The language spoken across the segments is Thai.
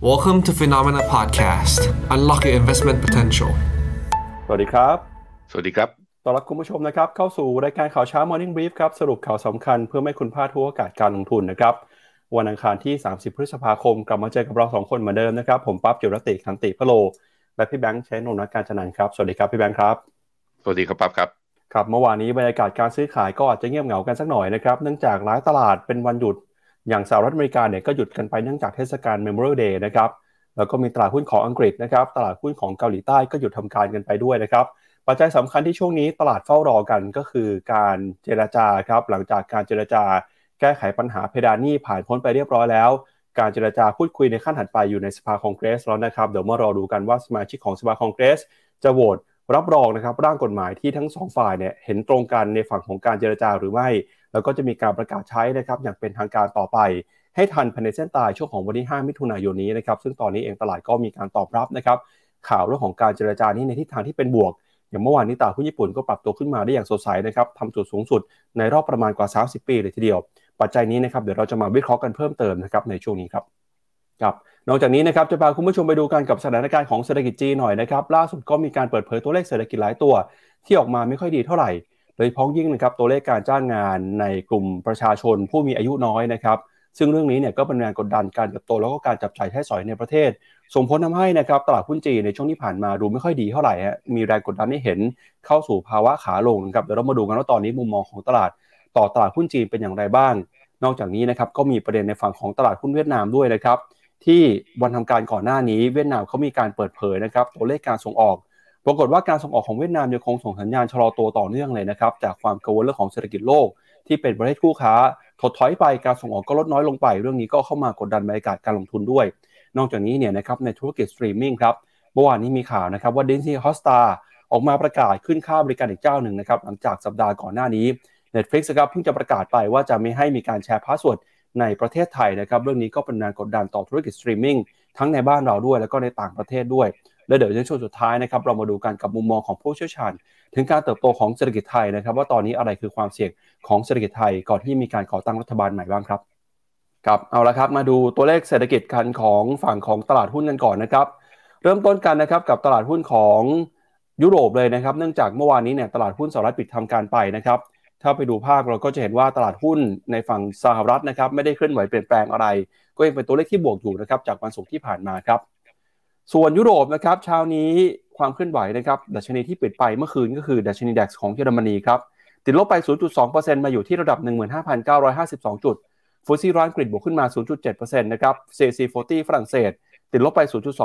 Welcome to Phenomena Podcast. Unlock your investment potential. สวัสดีครับสวัสดีครับต้อนรับคุณผู้ชมนะครับเข้าสู่รายการข่าวเช้า Morning Brief ครับสรุปข่าวสำคัญเพื่อไม่ให้คุณพลาดทุกโอกาสการลงทุนนะครับวันอังคารที่30พฤษภาคมกลับมาเจอกับเรา2คนเหมือนเดิมนะครับผมปั๊บจิรติขันติพโลและพี่แบงค์ชัยนนท์ การจนันท์ครับสวัสดีครับพี่แบงค์ครับสวัสดีครับปั๊บครับครับเมื่อวานนี้บรรยากาศการซื้อขายก็อาจจะเงียบเหงากันสักหน่อยนะครับเนื่องจากหลายตลาดเป็นวันหยุดอย่างสหรัฐอเมริกาเนี่ยก็หยุดกันไปเนื่องจากเทศกาล Memorial Day นะครับแล้วก็มีตลาดหุ้นของอังกฤษนะครับตลาดหุ้นของเกาหลีใต้ก็หยุดทำการกันไปด้วยนะครับปัจจัยสำคัญที่ช่วงนี้ตลาดเฝ้ารอกันก็คือการเจรจาครับหลังจากการเจรจาแก้ไขปัญหาเพดานหนี้ผ่านพ้นไปเรียบร้อยแล้วการเจรจาพูดคุยในขั้นถัดไปอยู่ในสภาคองเกรสแล้วนะครับเดี๋ยวมารอดูกันว่าสมาชิกของสภาคองเกรสจะโหวตรับรองนะครับร่างกฎหมายที่ทั้งสองฝ่ายเนี่ยเห็นตรงกันในฝั่งของการเจรจาหรือไม่แล้วก็จะมีการประกาศใช้นะครับอย่างเป็นทางการต่อไปให้ทันภายในเส้นตายช่วงของวันที่5มิถุนายนนี้นะครับซึ่งตอนนี้เองตลาดก็มีการตอบรับนะครับข่าวเรื่องของการเจรจานี้ในทิศทางที่เป็นบวกอย่างเมื่อวานนี้ตลาดหุ้นญี่ปุ่นก็ปรับตัวขึ้นมาได้อย่างสดใสนะครับทำจุดสูงสุดในรอบประมาณกว่า30ปีเลยทีเดียวปัจจัยนี้นะครับเดี๋ยวเราจะมาวิเคราะห์กันเพิ่มเติมนะครับในช่วงนี้ครับนอกจากนี้นะครับจะพาคุณผู้ชมไปดูกันกับสถานการณ์ของเศรษฐกิจจีนหน่อยนะครับล่าสุดก็มีการเปิดเผยตัวเลขเศรษฐกิจหลายตัวที่ออกมาไม่ค่อยดีเท่าไหร่โดยเฉพาะยิ่งนะครับตัวเลขการจ้างงานในกลุ่มประชาชนผู้มีอายุน้อยนะครับซึ่งเรื่องนี้เนี่ยก็เป็นแรงกดดันการเติบโตแล้วก็การจับจ่ายใช้สอยในประเทศส่งผลทำให้นะครับตลาดหุ้นจีนในช่วงที่ผ่านมาดูไม่ค่อยดีเท่าไหร่ฮะมีแรงกดดันให้เห็นเข้าสู่ภาวะขาลงนะครับเดี๋ยวเรามาดูกันว่าตอนนี้มุมมองของตลาดต่อตลาดหุ้นจีนเป็นอย่างไรบ้างนอกจากนี้นะครับก็มีประเด็นในฝั่งของตลาดหุ้นเวียดนามด้วยนะครับที่วันทำการก่อนหน้านี้เวียดนามเขามีการเปิดเผยนะครับตัวเลขการส่งออกปรากฏว่าการส่งออกของเวียดนามยังคงส่งสัญญาณชะลอตัวต่อเนื่องเลยนะครับจากความกังวลเรื่องของเศรษฐกิจโลกที่เป็นประเทศคู่ค้าถดถอยไปการส่งออกก็ลดน้อยลงไปเรื่องนี้ก็เข้ามากดดันบรรยากาศการลงทุนด้วยนอกจากนี้เนี่ยนะครับในธุรกิจสตรีมมิ่งครับเมื่อวานนี้มีข่าวนะครับว่า Disney Hotstar ออกมาประกาศขึ้นค่าบริการอีกเจ้าหนึ่งนะครับหลังจากสัปดาห์ก่อนหน้านี้ Netflix ครับเพิ่งจะประกาศไปว่าจะไม่ให้มีการแชร์พาสเวิร์ดในประเทศไทยนะครับเรื่องนี้ก็เป็นแรงกดดันต่อธุรกิจสตรีมมิ่งทั้งในบ้านเราด้วยแล้วก็ในต่างประเทศด้วยและเดี๋ยวในช่วงสุดท้ายนะครับเรามาดูกันกับมุมมองของผู้เชี่ยวชาญถึงการเติบโตของเศรษฐกิจไทยนะครับว่าตอนนี้อะไรคือความเสี่ยงของเศรษฐกิจไทยก่อนที่มีการก่อตั้งรัฐบาลใหม่บ้างครับเอาละครับมาดูตัวเลขเศรษฐกิจกันของฝั่งของตลาดหุ้นกันก่อนนะครับเริ่มต้นกันนะครับกับตลาดหุ้นของยุโรปเลยนะครับเนื่องจากเมื่อวานนี้เนี่ยตลาดหุ้นสหรัฐปิดทำการไปนะครับถ้าไปดูภาพเราก็จะเห็นว่าตลาดหุ้นในฝั่งสหรัฐนะครับไม่ได้เคลื่อนไหวเปลี่ยนแปลงอะไรก็ยังเป็นตัวเลขที่บวกอยู่นะครับจากวันศุกร์ที่ผ่านมาครับส่วนยุโรปนะครับเช้านี้ความเคลื่อนไหวนะครับดัชนีที่ปิดไปเมื่อคืนก็คือดัชนี DAX ของเยอรมนีครับติดลบไป 0.2% มาอยู่ที่ระดับ 15,952 จุดฟุตซี่100อังกฤษบวกขึ้นมา 0.7% นะครับ CAC 40ฝรั่งเศสติดลบไป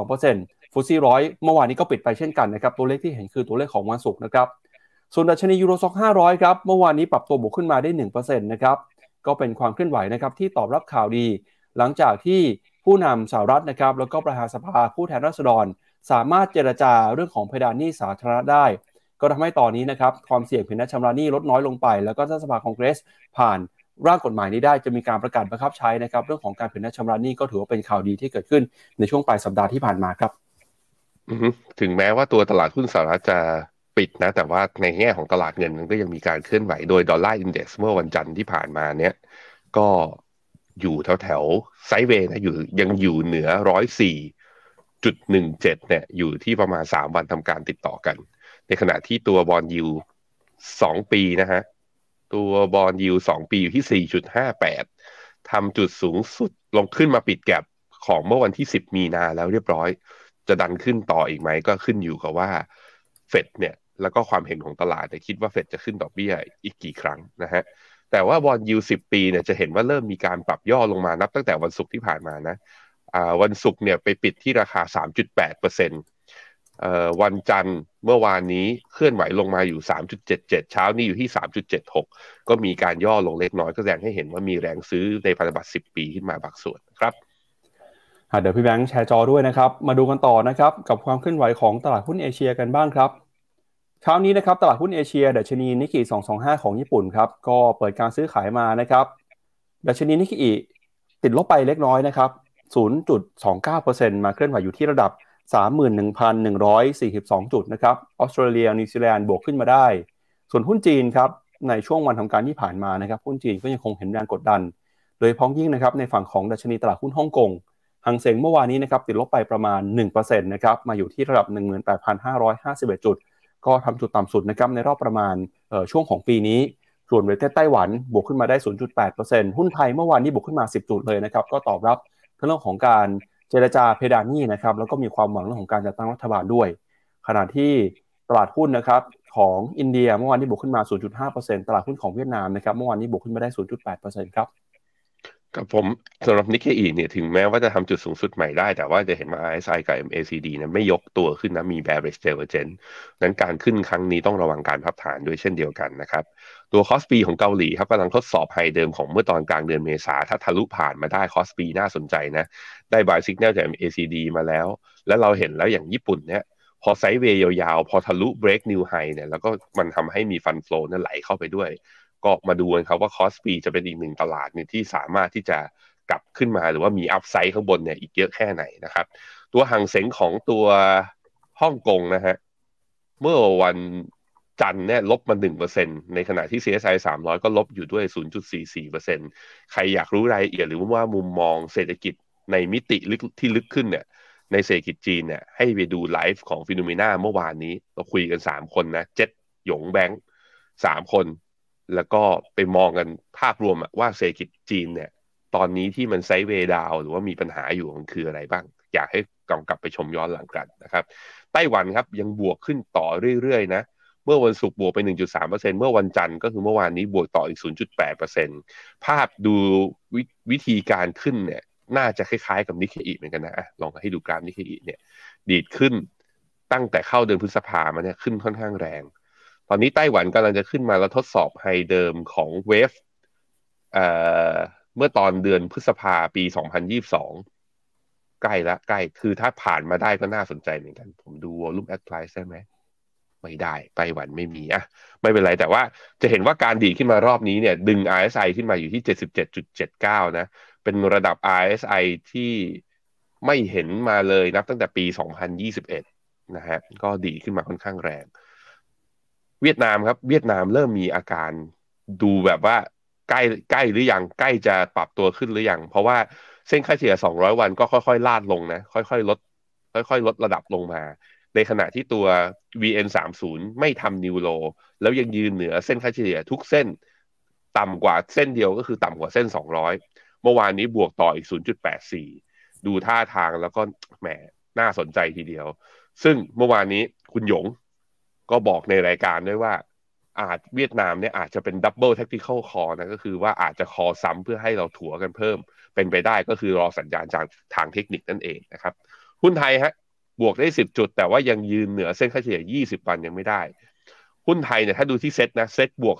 0.2% ฟุตซี่100เมื่อวานนี้ก็ปิดไปเช่นกันนะครับตัวเลขที่เห็นคือตัวเลขของวันศุกร์นะครับส่วนดัชนียูโรซ็อก500ครับเมื่อวานนี้ปรับตัวบวกขึ้นมาได้ 1% นะครับก็เป็นความเคลื่อนไหวนะครับที่ตอบรับข่าวดีหลังจากที่ผู้นำสหรัฐนะครับแล้วก็ประธานสภาผู้แทนราษฎรสามารถเจรจาเรื่องของเพดานหนี้สาธารณะได้ก็ทำให้ตอนนี้นะครับความเสี่ยงผิดนัดชำระหนี้ลดน้อยลงไปแล้วก็ถ้าสภาคองเกรสผ่านร่างกฎหมายนี้ได้จะมีการประกาศบังคับใช้นะครับเรื่องของการผิดนัดชำระหนี้ก็ถือว่าเป็นข่าวดีที่เกิดขึ้นในช่วงปลายสัปดาห์ที่ผ่านมาครับถึงแม้ว่าตัวตลาดหุ้นสหรัฐจะปิดนะแต่ว่าในแง่ของตลาดเงินมันก็ยังมีการเคลื่อนไหวโดยดอลลาร์อินเด็กซ์เมื่อวันจันทร์ที่ผ่านมาเนี่ยก็อยู่แถวไซด์เวย์นะยังอยู่เหนือ104.17เนี่ยอยู่ที่ประมาณ3วันทำการติดต่อกันในขณะที่ตัวบอนด์ยิลด์2ปีนะฮะตัวบอนด์ยิลด์2ปีอยู่ที่ 4.58 ทำจุดสูงสุดลงขึ้นมาปิดแก็ปของเมื่อวันที่10มีนาแล้วเรียบร้อยจะดันขึ้นต่ออีกไหมก็ขึ้นอยู่กับว่าเฟดเนี่ยแล้วก็ความเห็นของตลาดคิดว่าเฟดจะขึ้นดอกเบี้ยอีกกี่ครั้งนะฮะแต่ว่าบอนด์ยิลด์10ปีเนี่ยจะเห็นว่าเริ่มมีการปรับย่อลงมานับตั้งแต่วันศุกร์ที่ผ่านมานะวันศุกร์เนี่ยไปปิดที่ราคา 3.8%วันจันทร์เมื่อวานนี้เคลื่อนไหวลงมาอยู่ 3.77 เช้านี้อยู่ที่ 3.76 ก็มีการย่อลงเล็กน้อยก็แสดงให้เห็นว่ามีแรงซื้อในพันธบัตร10ปีขึ้นมาบางส่วนครับเดี๋ยวพี่แบงค์แชร์จอด้วยนะครับมาดูกันต่อนะครับกับความเคลื่อนไหวของตลาดหุ้นเอเชียกันบ้างครับเช้านี้นะครับตลาดหุ้นเอเชียดัชนีนิกเกิ225ของญี่ปุ่นครับก็เปิดการซื้อขายมานะครับดัชนีนิกเกิติดลบไปเล็กน้อยนะครับ 0.29% มาเคลื่อนไหวอยู่ที่ระดับ 31,142 จุดนะครับออสเตรเลียนิวซีแลนด์บวกขึ้นมาได้ส่วนหุ้นจีนครับในช่วงวันทำการที่ผ่านมานะครับหุ้นจีนก็ยังคงเห็นแรงกดดันโดยพ้องยิ่งนะครับในฝั่งของดัชนีตลาดหุ้นฮ่องกงหังเส็งเมื่อวานนี้นะครับติดลบไปประมาณ 1% นะครับมาอยู่ที่ระดับ 18,551 จุดก็ทำจุดต่ำสุดนะครับในรอบประมาณช่วงของปีนี้ส่วนประเทศไต้หวันบวกขึ้นมาได้ 0.8% หุ้นไทยเมื่อวานนี้บวกขึ้นมา 10 จุดเลยนะครับก็ตอบรับเรื่องของการเจรจาเพดานหนี้นะครับแล้วก็มีความหวังเรื่องของการจัดตั้งรัฐบาลด้วยขณะที่ตลาดหุ้นนะครับของอินเดียเมื่อวานนี้บวกขึ้นมา 0.5% ตลาดหุ้นของเวียดนามนะครับเมื่อวานนี้บวกขึ้นมาได้ 0.8% ครับกับผมสำหรับนิกเกอิเนี่ยถึงแม้ว่าจะทำจุดสูงสุดใหม่ได้แต่ว่าจะเห็นว่า RSI กับ MACD นะไม่ยกตัวขึ้นนะมี bearish divergence นั้นการขึ้นครั้งนี้ต้องระวังการพับฐานด้วยเช่นเดียวกันนะครับตัวคอสปีของเกาหลีครับกำลังทดสอบไฮเดิมของเมื่อตอนกลางเดือนเมษาถ้าทะลุผ่านมาได้คอสปีน่าสนใจนะได้ buy signal จาก MACD มาแล้วเราเห็นแล้วอย่างญี่ปุ่นเนี่ยพอไซด์เวย์ยาวๆพอทะลุ break new high เนี่ยแล้วก็มันทำให้มีฟันโฟลนั่นไหลเข้าไปด้วยก็มาดูกันครับว่าคอสปีจะเป็นอีกหนึ่งตลาดเนี่ยที่สามารถที่จะกลับขึ้นมาหรือว่ามีอัพไซด์ข้างบนเนี่ยอีกเยอะแค่ไหนนะครับตัวหังเส็งของตัวฮ่องกงนะฮะเมื่อวันจันทร์เนี่ยลบมา 1% ในขณะที่ CSI 300ก็ลบอยู่ด้วย 0.44% ใครอยากรู้รายละเอียดหรือว่ามุมมองเศรษฐกิจในมิติลึกที่ลึกขึ้นเนี่ยในเศรษฐกิจจีนเนี่ยให้ไปดูไลฟ์ของฟิโนเมนาเมื่อวานนี้เราคุยกัน3คนนะเจ็ดหยงแบงค์3คนแล้วก็ไปมองกันภาพรวมว่าเศรษฐกิจจีนเนี่ยตอนนี้ที่มันไซด์เวย์ดาวหรือว่ามีปัญหาอยู่มันคืออะไรบ้างอยากให้กลับไปชมย้อนหลังกันนะครับไต้หวันครับยังบวกขึ้นต่อเรื่อยๆนะเมื่อวันศุกร์บวกไป 1.3% เมื่อวันจันทร์ก็คือเมื่อวานนี้บวกต่ออีก 0.8% ภาพดูวิธีการขึ้นเนี่ยน่าจะคล้ายๆกับนิกเกอิเหมือนกันนะลองให้ดูกราฟนิกเกอิเนี่ยดีดขึ้นตั้งแต่เข้าเดือนพฤษภามาเนี่ยขึ้นค่อนข้างแรงตอนนี้ไต้หวันกำลังจะขึ้นมาแล้วทดสอบไฮเดิมของเวฟเอ่อเมื่อตอนเดือนพฤษภาปี2022ใกล้คือถ้าผ่านมาได้ก็น่าสนใจเหมือนกันผมดู volume at price ได้ไหมไม่ได้ไต้หวันไม่มีไม่เป็นไรแต่ว่าจะเห็นว่าการดีดขึ้นมารอบนี้เนี่ยดึง RSI ขึ้นมาอยู่ที่ 77.79 นะเป็นระดับ RSI ที่ไม่เห็นมาเลยนับตั้งแต่ปี2021นะฮะก็ดีขึ้นมาค่อนข้างแรงเวียดนามครับเวียดนามเริ่มมีอาการดูแบบว่าใกล้หรือยังใกล้จะปรับตัวขึ้นหรือยังเพราะว่าเส้นค่าเฉลี่ย200วันก็ค่อยๆลาดลงนะค่อยๆลดระดับลงมาในขณะที่ตัว VN30 ไม่ทำนิวโลแล้วยังยืนเหนือเส้นค่าเฉลี่ยทุกเส้นต่ำกว่าเส้นเดียวก็คือต่ำกว่าเส้น200เมื่อวานนี้บวกต่ออีก 0.84 ดูท่าทางแล้วก็แหมน่าสนใจทีเดียวซึ่งเมื่อวานนี้คุณหยงก็บอกในรายการด้วยว่าเวียดนามเนี่ยอาจจะเป็นดับเบิลแท็กติคอลคอร์นะก็คือว่าอาจจะคอซ้ำเพื่อให้เราถัวกันเพิ่มเป็นไปได้ก็คือรอสัญญาณจากทางเทคนิคนั่นเองนะครับหุ้นไทยฮะบวกได้10จุดแต่ว่ายังยืนเหนือเส้นค่าเฉลี่ย20วันยังไม่ได้หุ้นไทยเนี่ยถ้าดูที่เซ็ตนะเซ็ตบวก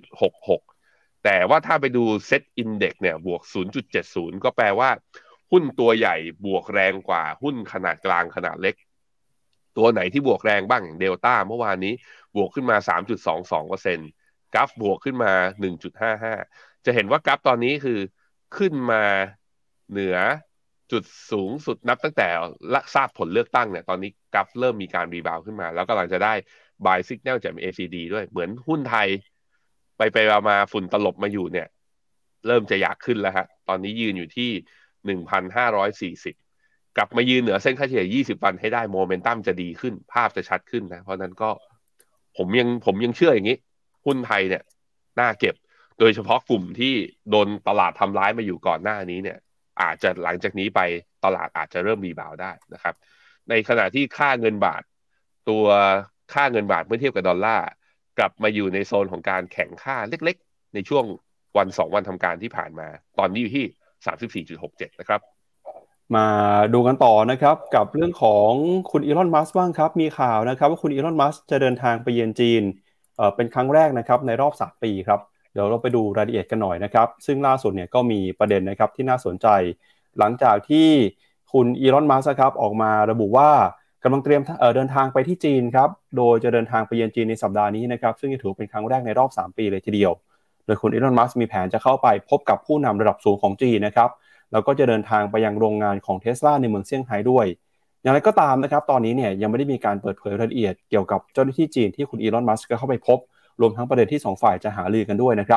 0.66 แต่ว่าถ้าไปดูเซ็ตอินเด็กซ์เนี่ยบวก 0.70 ก็แปลว่าหุ้นตัวใหญ่บวกแรงกว่าหุ้นขนาดกลางขนาดเล็กตัวไหนที่บวกแรงบ้างอย่างเดลต้าเมื่อวานนี้บวกขึ้นมา 3.22% กราฟบวกขึ้นมา 1.55 จะเห็นว่ากราฟตอนนี้คือขึ้นมาเหนือจุดสูงสุดนับตั้งแต่ทราบผลเลือกตั้งเนี่ยตอนนี้กราฟเริ่มมีการรีบาวขึ้นมาแล้วกำลังจะได้ buy signal จาก MACD ด้วยเหมือนหุ้นไทยไปมาฝุ่นตลบมาอยู่เนี่ยเริ่มจะอยากขึ้นแล้วฮะตอนนี้ยืนอยู่ที่ 1,540กลับมายืนเหนือเส้นค่าเฉลี่ย20วันให้ได้โมเมนตัมจะดีขึ้นภาพจะชัดขึ้นนะเพราะนั้นก็ผมยังเชื่ออย่างนี้หุ้นไทยเนี่ยน่าเก็บโดยเฉพาะกลุ่มที่โดนตลาดทำร้ายมาอยู่ก่อนหน้านี้เนี่ยอาจจะหลังจากนี้ไปตลาดอาจจะเริ่มรีบาวได้นะครับในขณะที่ค่าเงินบาทตัวค่าเงินบาทเมื่อเทียบกับดอลลาร์กลับมาอยู่ในโซนของการแข่งค่าเล็กๆในช่วงวัน2วันทำการที่ผ่านมาตอนนี้อยู่ที่ 34.67 นะครับมาดูกันต่อนะครับกับเรื่องของคุณอีลอนมัสก์บ้างครับมีข่าวนะครับว่าคุณอีลอนมัสก์จะเดินทางไปเยือนจีนเป็นครั้งแรกนะครับในรอบ3ปีครับเดี๋ยวเราไปดูรายละเอียดกันหน่อยนะครับซึ่งล่าสุดเนี่ยก็มีประเด็นนะครับที่น่าสนใจหลังจากที่คุณอีลอนมัสก์ครับออกมาระบุว่ากำลังเตรียมเดินทางไปที่จีนครับโดยจะเดินทางไปเยือนจีนในสัปดาห์นี้นะครับซึ่งจะถือเป็นครั้งแรกในรอบ3ปีเลยทีเดียวโดยคุณอีลอนมัสก์มีแผนจะเข้าไปพบกับผู้นำระดับสูงของจีนนะครับแล้วก็จะเดินทางไปยังโรงงานของ Tesla ในเมืองเซี่ยงไฮ้ด้วยอย่างไรก็ตามนะครับตอนนี้เนี่ยยังไม่ได้มีการเปิดเผยรายละเอียดเกี่ยวกับเจ้าหน้าที่จีนที่คุณอีลอนมัสก์เข้าไปพบรวมทั้งประเด็นที่2ฝ่ายจะหารือกันด้วยนะครับ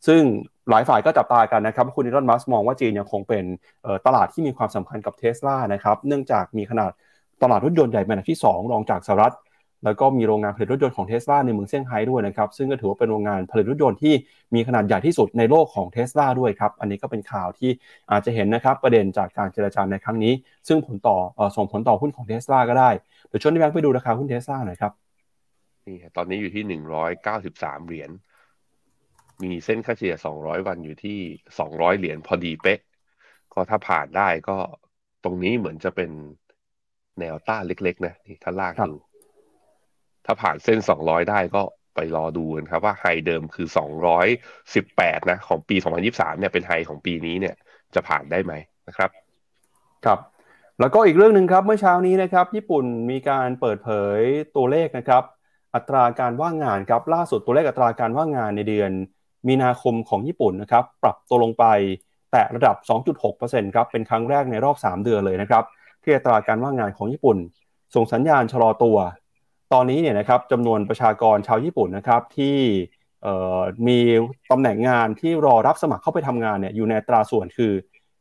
ซึ่งหลายฝ่ายก็จับตากันนะครับคุณอีลอนมัสก์มองว่าจีนยังคงเป็นตลาดที่มีความสำคัญกับ Tesla นะครับเนื่องจากมีขนาดตลาดรถยนต์ใหญ่เป็นอันดับที่2รองจากสหรัฐแล้วก็มีโรงงานผลิตรถยนต์ของ Tesla ในเมืองเซี่ยงไฮ้ด้วยนะครับซึ่งก็ถือว่าเป็นโรงงานผลิตรถยนต์ที่มีขนาดใหญ่ที่สุดในโลกของ Tesla ด้วยครับอันนี้ก็เป็นข่าวที่อาจจะเห็นนะครับประเด็นจากการเจรจาในครั้งนี้ซึ่งส่งผลต่อหุ้นของ Tesla ก็ได้เดี๋ยวชวนพี่แบงค์ไปดูราคาหุ้น Tesla หน่อยครับนี่ตอนนี้อยู่ที่193 เหรียญมีเส้นค่าเฉลี่ย200วันอยู่ที่200 เหรียญพอดีเป๊ะก็ถ้าผ่านได้ก็ตรงนี้เหมือนจะเป็นแนวต้านเล็กๆนะนี่ถ้าลากดูถ้าผ่านเส้น200ได้ก็ไปรอดูกันครับว่าไฮเดิมคือ218นะของปี2023เนี่ยเป็นไฮของปีนี้เนี่ยจะผ่านได้ไหมนะครับครับแล้วก็อีกเรื่องหนึ่งครับเมื่อเช้านี้นะครับญี่ปุ่นมีการเปิดเผยตัวเลขนะครับอัตราการว่างงานครับล่าสุดตัวเลขอัตราการว่างงานในเดือนมีนาคมของญี่ปุ่นนะครับปรับตัวลงไปแตะระดับ 2.6% ครับเป็นครั้งแรกในรอบ3เดือนเลยนะครับที่อัตราการว่างงานของญี่ปุ่นส่งสัญญาณชะลอตัวตอนนี้เนี่ยนะครับจำนวนประชากรชาวญี่ปุ่นนะครับที่มีตำแหน่งงานที่รอรับสมัครเข้าไปทำงานเนี่ยอยู่ในอัตราส่วนคือ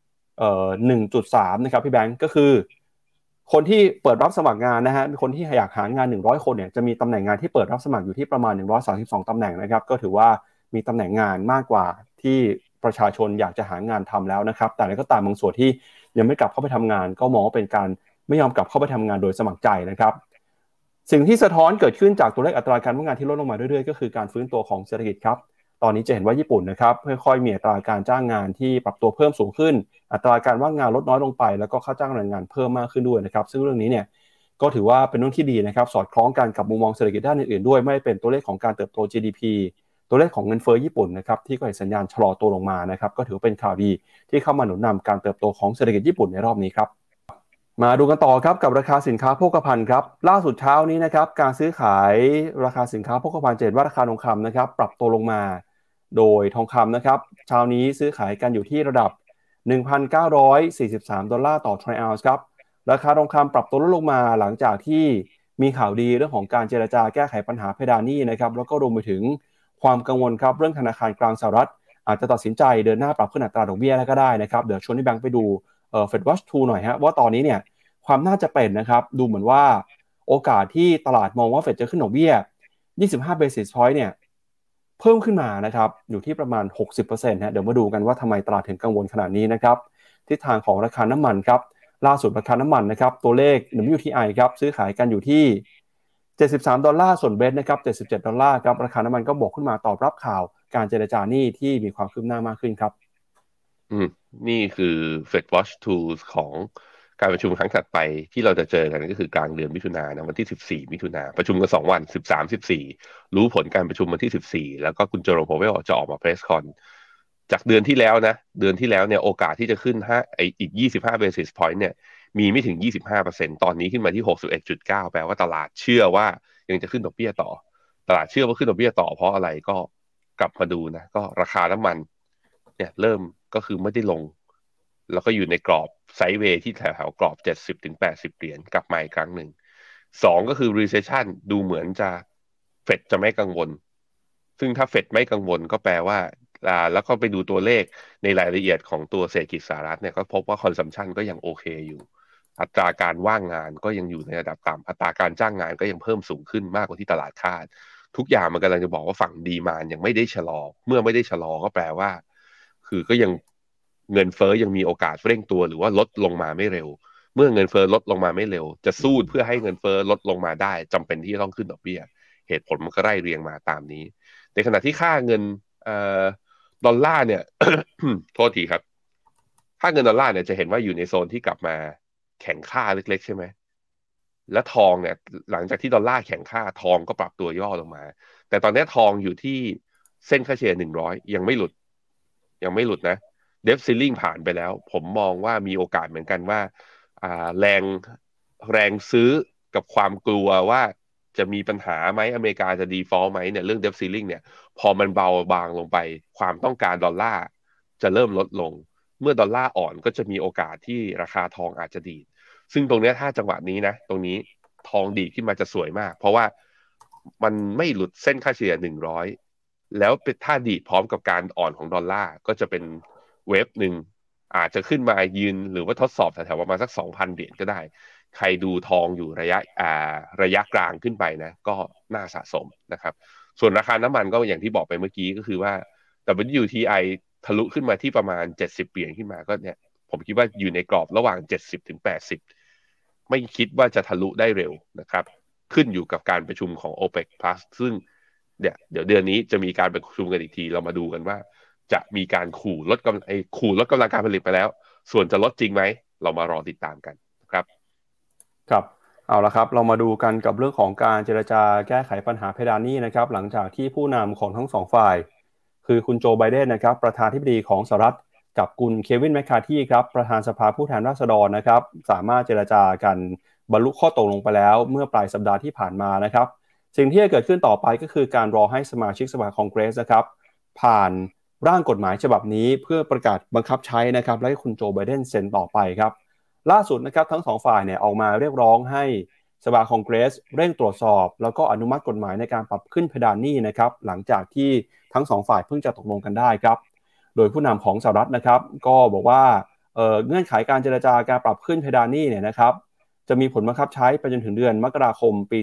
1.3นะครับพี่แบงก์ก็คือคนที่เปิดรับสมัครงานนะฮะคนที่อยากหางาน100คนเนี่ยจะมีตำแหน่งงานที่เปิดรับสมัครอยู่ที่ประมาณ132ตำแหน่งนะครับก็ถือว่ามีตำแหน่งงานมากกว่าที่ประชาชนอยากจะหางานทำแล้วนะครับแต่ก็ตามบางส่วนที่ยังไม่กลับเข้าไปทำงานก็มองว่าเป็นการไม่ยอมกลับเข้าไปทำงานโดยสมัครใจนะครับสิ่งที่สะท้อนเกิดขึ้นจากตัวเลขอัตราการว่างงานที่ลดลงมาเรื่อยๆก็คือการฟื้นตัวของเศรษฐกิจครับตอนนี้จะเห็นว่าญี่ปุ่นนะครับค่อยๆมีอัตราการจ้างงานที่ปรับตัวเพิ่มสูงขึ้นอัตราการว่างงานลดน้อยลงไปแล้วก็ค่าจ้างแรงงานเพิ่มมากขึ้นด้วยนะครับซึ่งเรื่องนี้เนี่ยก็ถือว่าเป็นเรื่องที่ดีนะครับสอดคล้องกันกับมุมมองเศรษฐกิจด้านอื่นๆด้วยไม่เป็นตัวเลขของการเติบโต GDP ตัวเลขของเงินเฟ้อญี่ปุ่นนะครับที่ก็เห็นสัญญาณชะลอตัวลงมานะครับก็ถือเป็นข่าวดีที่เข้ามาหนุนนำการเติบโตของเศรษฐกิจญี่ปุ่นในรอบนี้ครับมาดูกันต่อครับกับราคาสินค้าโภคภัณฑ์ครับล่าสุดเช้านี้นะครับการซื้อขายราคาสินค้าโภคภัณฑ์จะเห็นว่าราคาทองคำนะครับปรับตัวลงมาโดยทองคำนะครับเช้านี้ซื้อขายกันอยู่ที่ระดับ$1,943ต่อทรัลล์ครับราคาทองคำปรับตัวลดลงมาหลังจากที่มีข่าวดีเรื่องของการเจรจาแก้ไขปัญหาเพดานหนี้นะครับแล้วก็รวมไปถึงความกังวลครับเรื่องธนาคารกลางสหรัฐอาจจะตัดสินใจเดินหน้าปรับขึ้นอัตราดอกเบี้ยแล้วก็ได้นะครับเดี๋ยวชวนที่แบงค์ไปดูFed Watch 2หน่อยฮะว่าตอนนี้เนี่ยความน่าจะเป็นนะครับดูเหมือนว่าโอกาสที่ตลาดมองว่าเฟดจะขึ้นดอกเบี้ย25 basis point เนี่ยเพิ่มขึ้นมานะครับอยู่ที่ประมาณ 60% นะเดี๋ยวมาดูกันว่าทำไมตลาดถึงกังวลขนาดนี้นะครับทิศทางของราคาน้ำมันครับล่าสุดราคาน้ำมันนะครับตัวเลข WTI ครับซื้อขายกันอยู่ที่$73ส่วนเบรนท์นะครับ$77ครับราคาน้ำมันก็บวกขึ้นมาตอบรับข่าวการเจรจาหนี้ที่มีความคืบหน้ามากขึ้นครับนี่คือ Fed Watch Tools ของการประชุมครั้งถัดไปที่เราจะเจอกันก็คือกลางเดือนมิถุนายนวันที่14มิถุนายนประชุมกัน2วัน13 14รู้ผลการประชุมวันที่14แล้วก็คุณเจอโรม พาวเวลจะออกมาเพรสคอนจากเดือนที่แล้วนะเดือนที่แล้วเนี่ยโอกาสที่จะขึ้นอีก25 basis point เนี่ยมีไม่ถึง 25% ตอนนี้ขึ้นมาที่ 61.9 แปลว่าตลาดเชื่อว่ายังจะขึ้นดอกเบี้ยต่อตลาดเชื่อว่าขึ้นดอกเบี้ยต่อเพราะอะไรก็กลับมาดูนะก็ราคาน้ำมันเนี่ยเริ่มก็คือไม่ได้ลงแล้วก็อยู่ในกรอบไซด์เวย์ที่แถวๆกรอบ70-80เหรียญกลับมาอีกครั้งหนึ่งสองก็คือ recession ดูเหมือนจะเฟดจะไม่กังวลซึ่งถ้าเฟดไม่กังวลก็แปลว่าแล้วก็ไปดูตัวเลขในรายละเอียดของตัวเศรษฐกิจสหรัฐเนี่ยก็พบว่า consumption ก็ยังโอเคอยู่อัตราการว่างงานก็ยังอยู่ในระดับต่ำอัตราการจ้างงานก็ยังเพิ่มสูงขึ้นมากกว่าที่ตลาดคาดทุกอย่างมันกำลังจะบอกว่าฝั่งดีมานยังไม่ได้ชะลอเมื่อไม่ได้ชะลอก็แปลว่าคือก็ยังเงินเฟ้อยังมีโอกาสเร่งตัวหรือว่าลดลงมาไม่เร็วเมื่อเงินเฟ้อลดลงมาไม่เร็วจะสู้เพื่อให้เงินเฟ้อลดลงมาได้จำเป็นที่จะต้องขึ้นดอกเบี้ยเหตุผลมันก็ไล่เรียงมาตามนี้ในขณะที่ค่าเงินดอลลาร์เนี่ย โทษทีครับค่าเงินดอลลาร์เนี่ยจะเห็นว่าอยู่ในโซนที่กลับมาแข็งค่าเล็กๆใช่ไหมและทองเนี่ยหลังจากที่ดอลลาร์แข็งค่าทองก็ปรับตัวย่อลงมาแต่ตอนนี้ทองอยู่ที่เส้นค่าเฉลี่ย100ยังไม่หลุดนะเดฟซิลลิงผ่านไปแล้วผมมองว่ามีโอกาสเหมือนกันว่าแรงซื้อกับความกลัวว่าจะมีปัญหาไหมอเมริกาจะดีฟอลต์ไหมเนี่ยเรื่องเดฟซิลลิงเนี่ยพอมันเบาบางลงไปความต้องการดอลลาร์จะเริ่มลดลงเมื่อดอลลาร์อ่อนก็จะมีโอกาสที่ราคาทองอาจจะดีดซึ่งตรงนี้ถ้าจังหวะนี้นะตรงนี้ทองดีดขึ้นมาจะสวยมากเพราะว่ามันไม่หลุดเส้นค่าเฉลี่ย100 แล้วเป็นท่าดีดพร้อมกับการอ่อนของดอลลาร์ก็จะเป็นเวฟหนึ่งอาจจะขึ้นมายืนหรือว่าทดสอบแถวๆประมาณสัก2,000 เหรียญก็ได้ใครดูทองอยู่ระยะกลางขึ้นไปนะก็น่าสะสมนะครับส่วนราคาน้ำมันก็อย่างที่บอกไปเมื่อกี้ก็คือว่า WTI ทะลุขึ้นมาที่ประมาณ70 เหรียญขึ้นมาก็เนี่ยผมคิดว่าอยู่ในกรอบระหว่าง70 ถึง 80ไม่คิดว่าจะทะลุได้เร็วนะครับขึ้นอยู่กับการประชุมของ OPEC Plus ซึ่งเดี๋ยวเดือนนี้จะมีการประชุมกันอีกทีเรามาดูกันว่าจะมีการขู่ลดกำลังการผลิตไปแล้วส่วนจะลดจริงไหมเรามารอติดตามกันนะครับครับเอาละครับเรามาดูกันกับเรื่องของการเจรจาแก้ไขปัญหาเพดานหนี้นะครับหลังจากที่ผู้นำของทั้งสองฝ่ายคือคุณโจไบเดนนะครับประธานาธิบดีของสหรัฐกับคุณเควินแมคคาร์ธีครับประธานสภาผู้แทนราษฎรนะครับสามารถเจรจากันบรรลุข้อตกลงไปแล้วเมื่อปลายสัปดาห์ที่ผ่านมานะครับสิ่งที่จะเกิดขึ้นต่อไปก็คือการรอให้สมาชิกสภาคองเกรสนะครับผ่านร่างกฎหมายฉบับนี้เพื่อประกาศบังคับใช้นะครับและให้คุณโจไบเดนเซ็นต่อไปครับ ล่าสุดนะครับทั้งสองฝ่ายเนี่ยออกมาเรียกร้องให้สภาคองเกรสเร่งตรวจสอบแล้วก็อนุมัติกฎหมายในการปรับขึ้นเพดานหนี้นะครับหลังจากที่ทั้งสองฝ่ายเพิ่งจะตกลงกันได้ครับโดยผู้นำของสหรัฐนะครับก็บอกว่าเงื่อนไขการเจรจาการปรับขึ้นเพดานหนี้เนี่ยนะครับจะมีผลบังคับใช้ไปจนถึงเดือนมกราคมปี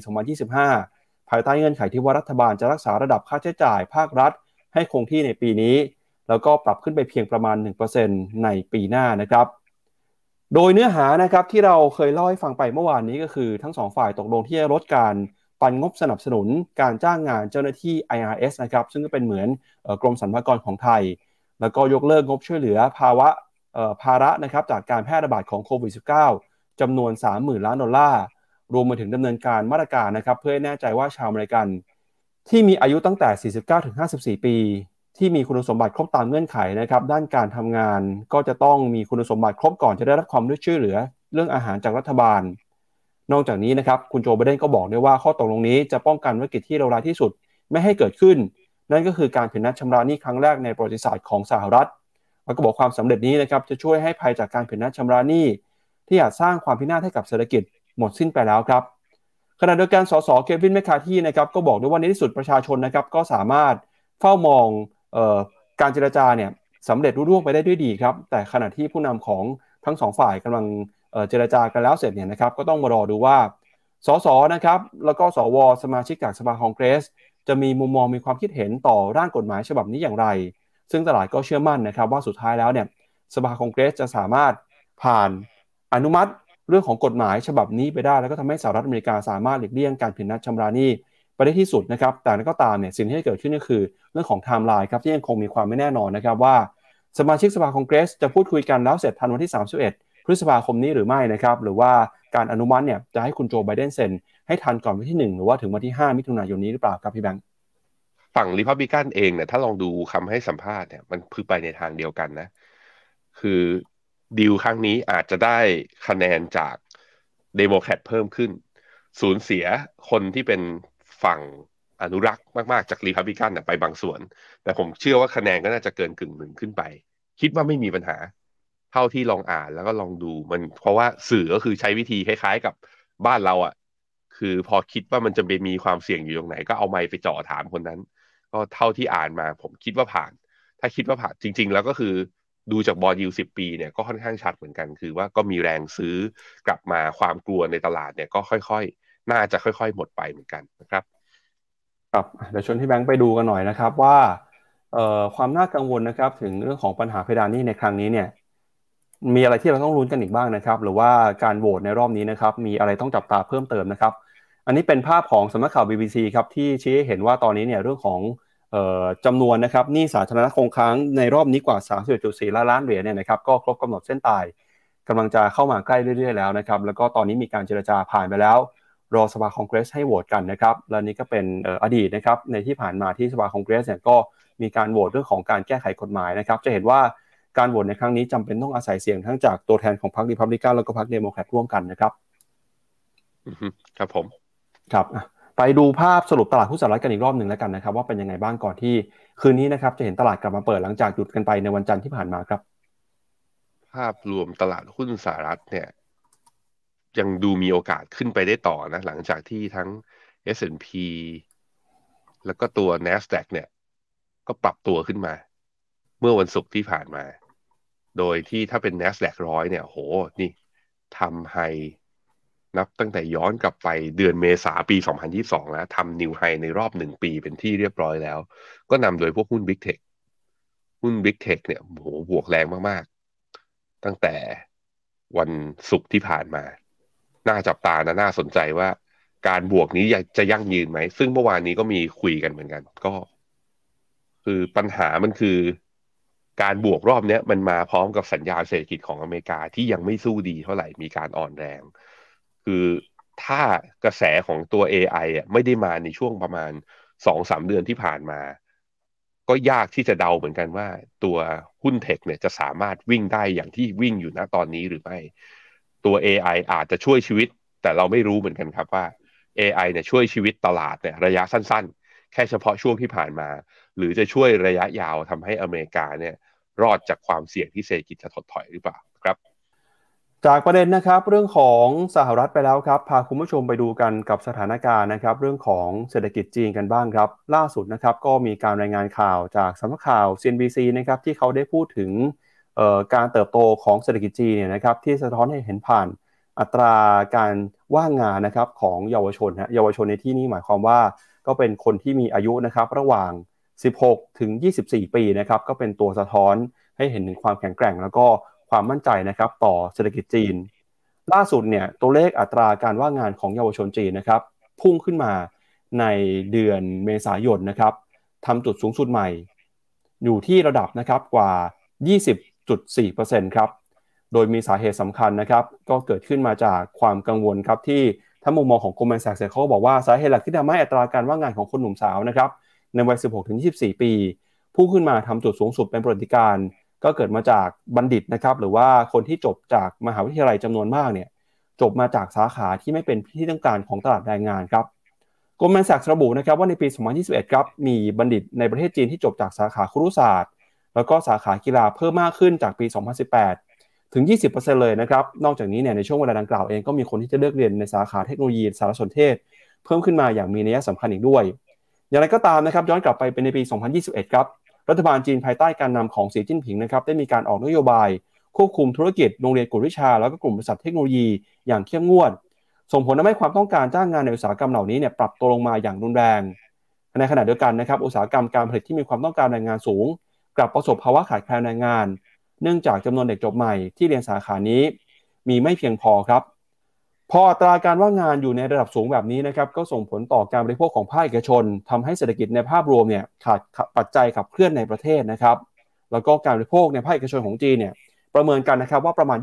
2025 ภายใต้เงื่อนไขที่ว่ารัฐบาลจะรักษาระดับค่าใช้จ่ายภาครัฐให้คงที่ในปีนี้แล้วก็ปรับขึ้นไปเพียงประมาณ 1% ในปีหน้านะครับ โดยเนื้อหานะครับที่เราเคยเล่าให้ฟังไปเมื่อวานนี้ก็คือทั้งสองฝ่ายตกลงที่จะลดการปันงบสนับสนุนการจ้างงานเจ้าหน้าที่ IRS นะครับซึ่งก็เป็นเหมือนกรมสรรพากรของไทยแล้วก็ยกเลิกงบช่วยเหลือภาระนะครับจากการแพร่ระบาดของโควิด -19 จำนวน 30,000 ล้านดอลลาร์รวมมาถึงดำเนินการมาตรการนะครับเพื่อให้แน่ใจว่าชาวอเมริกันที่มีอายุตั้งแต่ 49 ถึง 54 ปีที่มีคุณสมบัติครบตามเงื่อนไขนะครับด้านการทำงานก็จะต้องมีคุณสมบัติครบก่อนจะได้รับความช่วยเหลือเรื่องอาหารจากรัฐบาลนอกจากนี้นะครับคุณโจไบเดนก็บอกด้วยว่าข้อตกลงนี้จะป้องกันวิกฤตที่เลวร้ายที่สุดไม่ให้เกิดขึ้นนั่นก็คือการผิดนัดชำระหนี้ครั้งแรกในประวัติศาสตร์ของสหรัฐแล้วก็บอกความสำเร็จนี้นะครับจะช่วยให้ภัยจากการผิดนัดชำระหนี้ที่อาจสร้างความพินาศให้กับเศรษฐกิจหมดสิ้นไปแล้วครับขณะเดียวกันสสเควินแมคคาร์ธีนะครับก็บอกด้วยว่าในที่สุดประชาชนนะครับก็สามารถเฝ้ามองเอ่อ การเจรจาเนี่ยสำเร็จรุ่ร่วงไปได้ด้วยดีครับแต่ขณะที่ผู้นำของทั้งสองฝ่ายกำลังเจรจากันแล้วเสร็จเนี่ยนะครับก็ต้องมารอดูว่าสสนะครับแล้วก็สวสมาชิกจากสภาคองเกรสจะมีมุมมองมีความคิดเห็นต่อร่างกฎหมายฉบับนี้อย่างไรซึ่งตลาดก็เชื่อมั่นนะครับว่าสุดท้ายแล้วเนี่ยสภาคองเกรสจะสามารถผ่านอนุมัติเรื่องของกฎหมายฉบับนี้ไปได้แล้วก็ทำให้สหรัฐอเมริกาสามารถหลีกเลี่ยงการผิดนัดชำระหนี้ไปได้ที่สุดนะครับแต่นั้นก็ตามเนี่ยสิ่งที่เกิดขึ้นก็คือเรื่องของไทม์ไลน์ครับที่ยังคงมีความไม่แน่นอนนะครับว่าสมาชิกสภาคองเกรสจะพูดคุยกันแล้วเสร็จทันวันที่31พฤษภาคมนี้หรือไม่นะครับหรือว่าการอนุมัติเนี่ยจะให้คุณโจไบเดนเซ็นให้ทันก่อนวันที่1หรือว่าถึงวันที่5มิถุนายนนี้หรือเปล่าครับพี่แบงค์ฝั่งริพับลิกันเองเนี่ยถ้าลองดูคำให้สัมภาษณ์เนี่ยมันคือไปในทางเดียวกันนะคือดีลครั้งนี้อาจจะได้คะแนนจากเดโมแครตเพิ่มขึ้นสูญเสียคนที่เป็นฝั่งอนุรักษ์มากๆจากรีพับลิกันไปบางส่วนแต่ผมเชื่อว่าคะแนนก็น่าจะเกินกึ่งหนึ่งขึ้นไปคิดว่าไม่มีปัญหาเท่าที่ลองอ่านแล้วก็ลองดูมันเพราะว่าสื่อก็คือใช้วิธีคล้ายๆกับบ้านเราอ่ะคือพอคิดว่ามันจะไปมีความเสี่ยงอยู่ตรงไหนก็เอาไมค์ไปจ่อถามคนนั้นก็เท่าที่อ่านมาผมคิดว่าผ่านถ้าคิดว่าผ่านจริงๆแล้วก็คือดูจากบอลยู10 ปีเนี่ยก็ค่อนข้างชัดเหมือนกันคือว่าก็มีแรงซื้อกลับมาความกลัวในตลาดเนี่ยก็ค่อยๆน่าจะค่อยๆหมดไปเหมือนกันนะครับครับเดี๋ยวชวนพี่แบงค์ไปดูกันหน่อยนะครับว่าความน่ากังวลนะครับถึงเรื่องของปัญหาเพดานหนี้ในครั้งนี้เนี่ยมีอะไรที่เราต้องลุ้นกันอีกบ้างนะครับหรือว่าการโหวตในรอบนี้นะครับมีอะไรต้องจับตาเพิ่มเติมนะครับอันนี้เป็นภาพของสำนักข่าว BBC ครับที่ชี้ให้เห็นว่าตอนนี้เนี่ยเรื่องของจำนวนนะครับหนี้สาธารณะคงค้างในรอบนี้กว่า 31.4 ล้านล้านเหรียญเนี่ยนะครับก็ครบกำหนดเส้นตายกำลังจะเข้ามาใกล้เรื่อยๆแล้วนะครับแล้วก็ตอนนี้มีการเจรจาผ่านไปแล้วรอสภาคองเกรสให้โหวตกันนะครับและนี่ก็เป็นอดีตนะครับในที่ผ่านมาที่สภาคองเกรสเนี่ยก็มีการโหวตเรื่องของการแก้ไขกฎหมายนะครับจะเห็นว่าการโหวตในครั้งนี้จำเป็นต้องอาศัยเสียงทั้งจากตัวแทนของพรรครีพับลิกันแล้วก็พรรคเดโมแครตร่วมกันนะครับครับผมครับไปดูภาพสรุปตลาดหุ้นสหรัฐกันอีกรอบหนึ่งแล้วกันนะครับว่าเป็นยังไงบ้างก่อนที่คืนนี้นะครับจะเห็นตลาดกลับมาเปิดหลังจากหยุดกันไปในวันจันทร์ที่ผ่านมาครับภาพรวมตลาดหุ้นสหรัฐเนี่ยยังดูมีโอกาสขึ้นไปได้ต่อนะหลังจากที่ทั้ง S&P แล้วก็ตัว NASDAQ เนี่ยก็ปรับตัวขึ้นมาเมื่อวันศุกร์ที่ผ่านมาโดยที่ถ้าเป็น NASDAQ 100เนี่ยโหนี่ทำไฮนับตั้งแต่ย้อนกลับไปเดือนเมษาปี2022แล้วทำนิวไฮในรอบ1 ปีเป็นที่เรียบร้อยแล้วก็นำโดยพวกหุ้น Big Tech หุ้น Big Tech เนี่ยโหบวกแรงมากๆตั้งแต่วันศุกร์ที่ผ่านมาน่าจับตานะน่าสนใจว่าการบวกนี้จะยั่งยืนไหมซึ่งเมื่อวานนี้ก็มีคุยกันเหมือนกันก็คือปัญหามันคือการบวกรอบเนี้ยมันมาพร้อมกับสัญญาณเศรษฐกิจของอเมริกาที่ยังไม่สู้ดีเท่าไหร่มีการอ่อนแรงคือถ้ากระแสของตัว AI อ่ะไม่ได้มาในช่วงประมาณ2-3 เดือนที่ผ่านมาก็ยากที่จะเดาเหมือนกันว่าตัวหุ้นเทคเนี่ยจะสามารถวิ่งได้อย่างที่วิ่งอยู่ณตอนนี้หรือไม่ตัว AI อาจจะช่วยชีวิตแต่เราไม่รู้เหมือนกันครับว่า AI เนี่ยช่วยชีวิตตลาดเนี่ยระยะสั้นๆแค่เฉพาะช่วงที่ผ่านมาหรือจะช่วยระยะยาวทำให้อเมริกาเนี่ยรอดจากความเสี่ยงที่เศรษฐกิจจะถดถอยหรือเปล่าครับจากประเด็นนะครับเรื่องของสหรัฐไปแล้วครับพาคุณผู้ชมไปดูกันกับสถานการณ์นะครับเรื่องของเศรษฐกิจจีนกันบ้างครับล่าสุดนะครับก็มีการรายงานข่าวจากสำนักข่าว CNBC นะครับที่เขาได้พูดถึงการเติบโตของเศรษฐกิจจีนเนี่ยนะครับที่สะท้อนให้เห็นผ่านอัตราการว่างงานนะครับของเยาวชนเยาวชนในที่นี้หมายความว่าก็เป็นคนที่มีอายุนะครับระหว่าง16 ถึง 24 ปีนะครับก็เป็นตัวสะท้อนให้เห็นถึงความแข็งแกร่งแล้วก็ความมั่นใจนะครับต่อเศรษฐกิจจีนล่าสุดเนี่ยตัวเลขอัตราการว่างงานของเยาวชนจีนนะครับพุ่งขึ้นมาในเดือนเมษายนนะครับทำจุดสูงสุดใหม่อยู่ที่ระดับนะครับกว่า 20.4% ครับโดยมีสาเหตุสำคัญนะครับก็เกิดขึ้นมาจากความกังวลครับที่ถ้ามุมมองของ Goldman Sachs เขาบอกว่าสาเหตุหลักที่ทำให้อัตราการว่างงานของคนหนุ่มสาวนะครับในวัย 16-24 ปีพุ่งขึ้นมาทำจุดสูงสุดเป็นประวัติการณ์ก็เกิดมาจากบัณฑิตนะครับหรือว่าคนที่จบจากมหาวิทยาลัยจำนวนมากเนี่ยจบมาจากสาขาที่ไม่เป็นที่ต้องการของตลาดแรงงานครับ Goldman Sachs ระบุนะครับว่าในปี 2021 ครับมีบัณฑิตในประเทศจีนที่จบจากสาขาครุศาสตร์แล้วก็สาขากีฬาเพิ่มมากขึ้นจากปี 2018 ถึง 20% เลยนะครับนอกจากนี้เนี่ยในช่วงเวลาดังกล่าวเองก็มีคนที่จะเลือกเรียนในสาขาเทคโนโลยีสารสนเทศเพิ่มขึ้นมาอย่างมีนัยสำคัญอีกด้วยอย่างไรก็ตามนะครับย้อนกลับไปเป็นในปี 2021 ครับรัฐบาลจีนภายใต้การนำของสีจิ้นผิงนะครับได้มีการออกนโยบายควบคุมธุรกิจโรงเรียนกวดวิชาแล้วก็กลุ่มบริษัทเทคโนโลยีอย่างเข้มงวดส่งผลทำให้ความต้องการจ้างงานในอุตสาหกรรมเหล่านี้เนี่ยปรับตัวลงมาอย่างรุนแรงในขณะเดียวกันนะครับอุตสาหกรรมการผลิตที่มีความต้องการแรงงานสูงกลับประสบภาวะขาดแคลนแรงงานเนื่องจากจำนวนเด็กจบใหม่ที่เรียนสาขานี้มีไม่เพียงพอครับพออัตราการว่างงานอยู่ในระดับสูงแบบนี้นะครับก็ส่งผลต่อการบริโภคของภาคเอกชนทำให้เศรษฐกิจในภาพรวมเนี่ยขาดปัจจัยขับเคลื่อนในประเทศนะครับแล้วก็การบริโภคในภาคเอกชนของจีนเนี่ยประเมินกันนะครับว่าประมาณ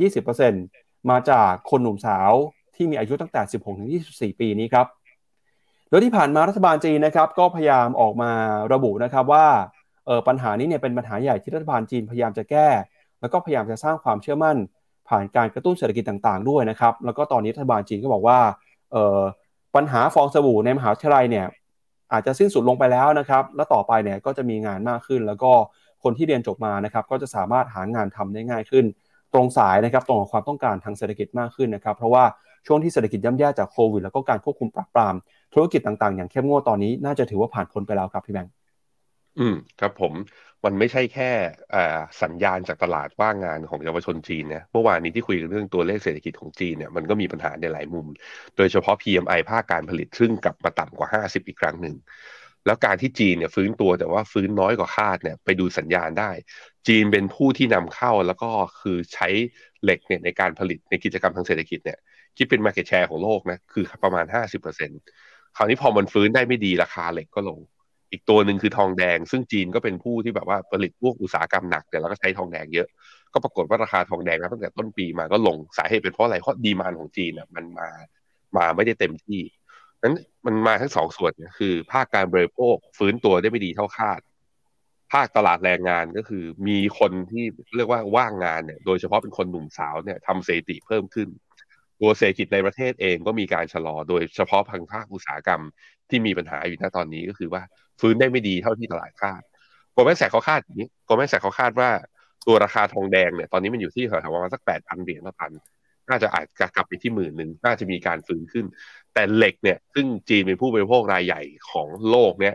20% มาจากคนหนุ่มสาวที่มีอายุตั้งแต่ 16-24 ปีนี้ครับโดยที่ผ่านมารัฐบาลจีนนะครับก็พยายามออกมาระบุนะครับว่าปัญหานี้เนี่ยเป็นปัญหาใหญ่ที่รัฐบาลจีนพยายามจะแก้แล้วก็พยายามจะสร้างความเชื่อมั่นผ่านการกระตุ้นเศรษฐกิจต่างๆด้วยนะครับแล้วก็ตอนนี้รัฐบาลจีนก็บอกว่าเอ่อปัญหาฟองสบู่ในมหาวิทยาลัยเนี่ยอาจจะสิ้นสุดลงไปแล้วนะครับและต่อไปเนี่ยก็จะมีงานมากขึ้นแล้วก็คนที่เรียนจบมานะครับก็จะสามารถหางานทำได้ง่ายขึ้นตรงสายนะครับตรงกับความต้องการทางเศรษฐกิจมากขึ้นนะครับเพราะว่าช่วงที่เศรษฐกิจย่ำแย่จากโควิดแล้วก็การควบคุมปราบปรามธุรกิจต่างๆอย่างเข้มงวดตอนนี้น่าจะถือว่าผ่านพ้นไปแล้วครับพี่แบงค์ครับผมมันไม่ใช่แค่สัญญาณจากตลาดว่างงานของเยาวชนจีนนะเมื่อวานนี้ที่คุยกันเรื่องตัวเลขเศรษฐกิจของจีนเนี่ยมันก็มีปัญหาในหลายมุมโดยเฉพาะ PMI ภาคการผลิตซึ่งกลับมาต่ำกว่า50อีกครั้งหนึ่งแล้วการที่จีนเนี่ยฟื้นตัวแต่ว่าฟื้นน้อยกว่าคาดเนี่ยไปดูสัญญาณได้จีนเป็นผู้ที่นำเข้าแล้วก็คือใช้เหล็กเนี่ยในการผลิตในกิจกรรมทางเศรษฐกิจเนี่ยคิดเป็น market share ของโลกนะคือประมาณ50%คราวนี้พอมันฟื้นได้ไม่ดีราคาเหล็กก็ลง อีกตัวหนึ่งคือทองแดงซึ่งจีนก็เป็นผู้ที่แบบว่าผลิตพวกอุตสาหกรรมหนักแต่เราก็ใช้ทองแดงเยอะก็ปรากฏว่าราคาทองแดงนะตั้งแต่ต้นปีมาก็ลงสาเหตุเป็นเพราะอะไรเพราะดีมานด์ของจีนอ่ะมันมาไม่ได้เต็มที่นั้นมันมาทั้งสองส่วนนะคือภาคการบริโภคฟื้นตัวได้ไม่ดีเท่าคาดภาคตลาดแรงงานก็คือมีคนที่เรียกว่าว่างงานเนี่ยโดยเฉพาะเป็นคนหนุ่มสาวเนี่ยทำสถิติเพิ่มขึ้นตัวเศรษฐกิจในประเทศเองก็มีการชะลอโดยเฉพาะทางภาคอุตสาหกรรมที่มีปัญหาอยู่ณตอนนี้ก็คือว่า ฟื้นได้ไม่ดีเท่าที่ตลาดคาดโกลแมนแสกเขาคาดอย่างนี้โกลแมนแสกเขาคาดว่าตัวราคาทองแดงเนี่ยตอนนี้มันอยู่ที่แถวๆประมาณสัก8,000 เหรียญต่อตันน่าจะอาจจะกลับไปที่10,000น่าจะมีการฟื้นขึ้นแต่เหล็กเนี่ยซึ่งจีนเป็นผู้บริโภครายใหญ่ของโลกเนี่ย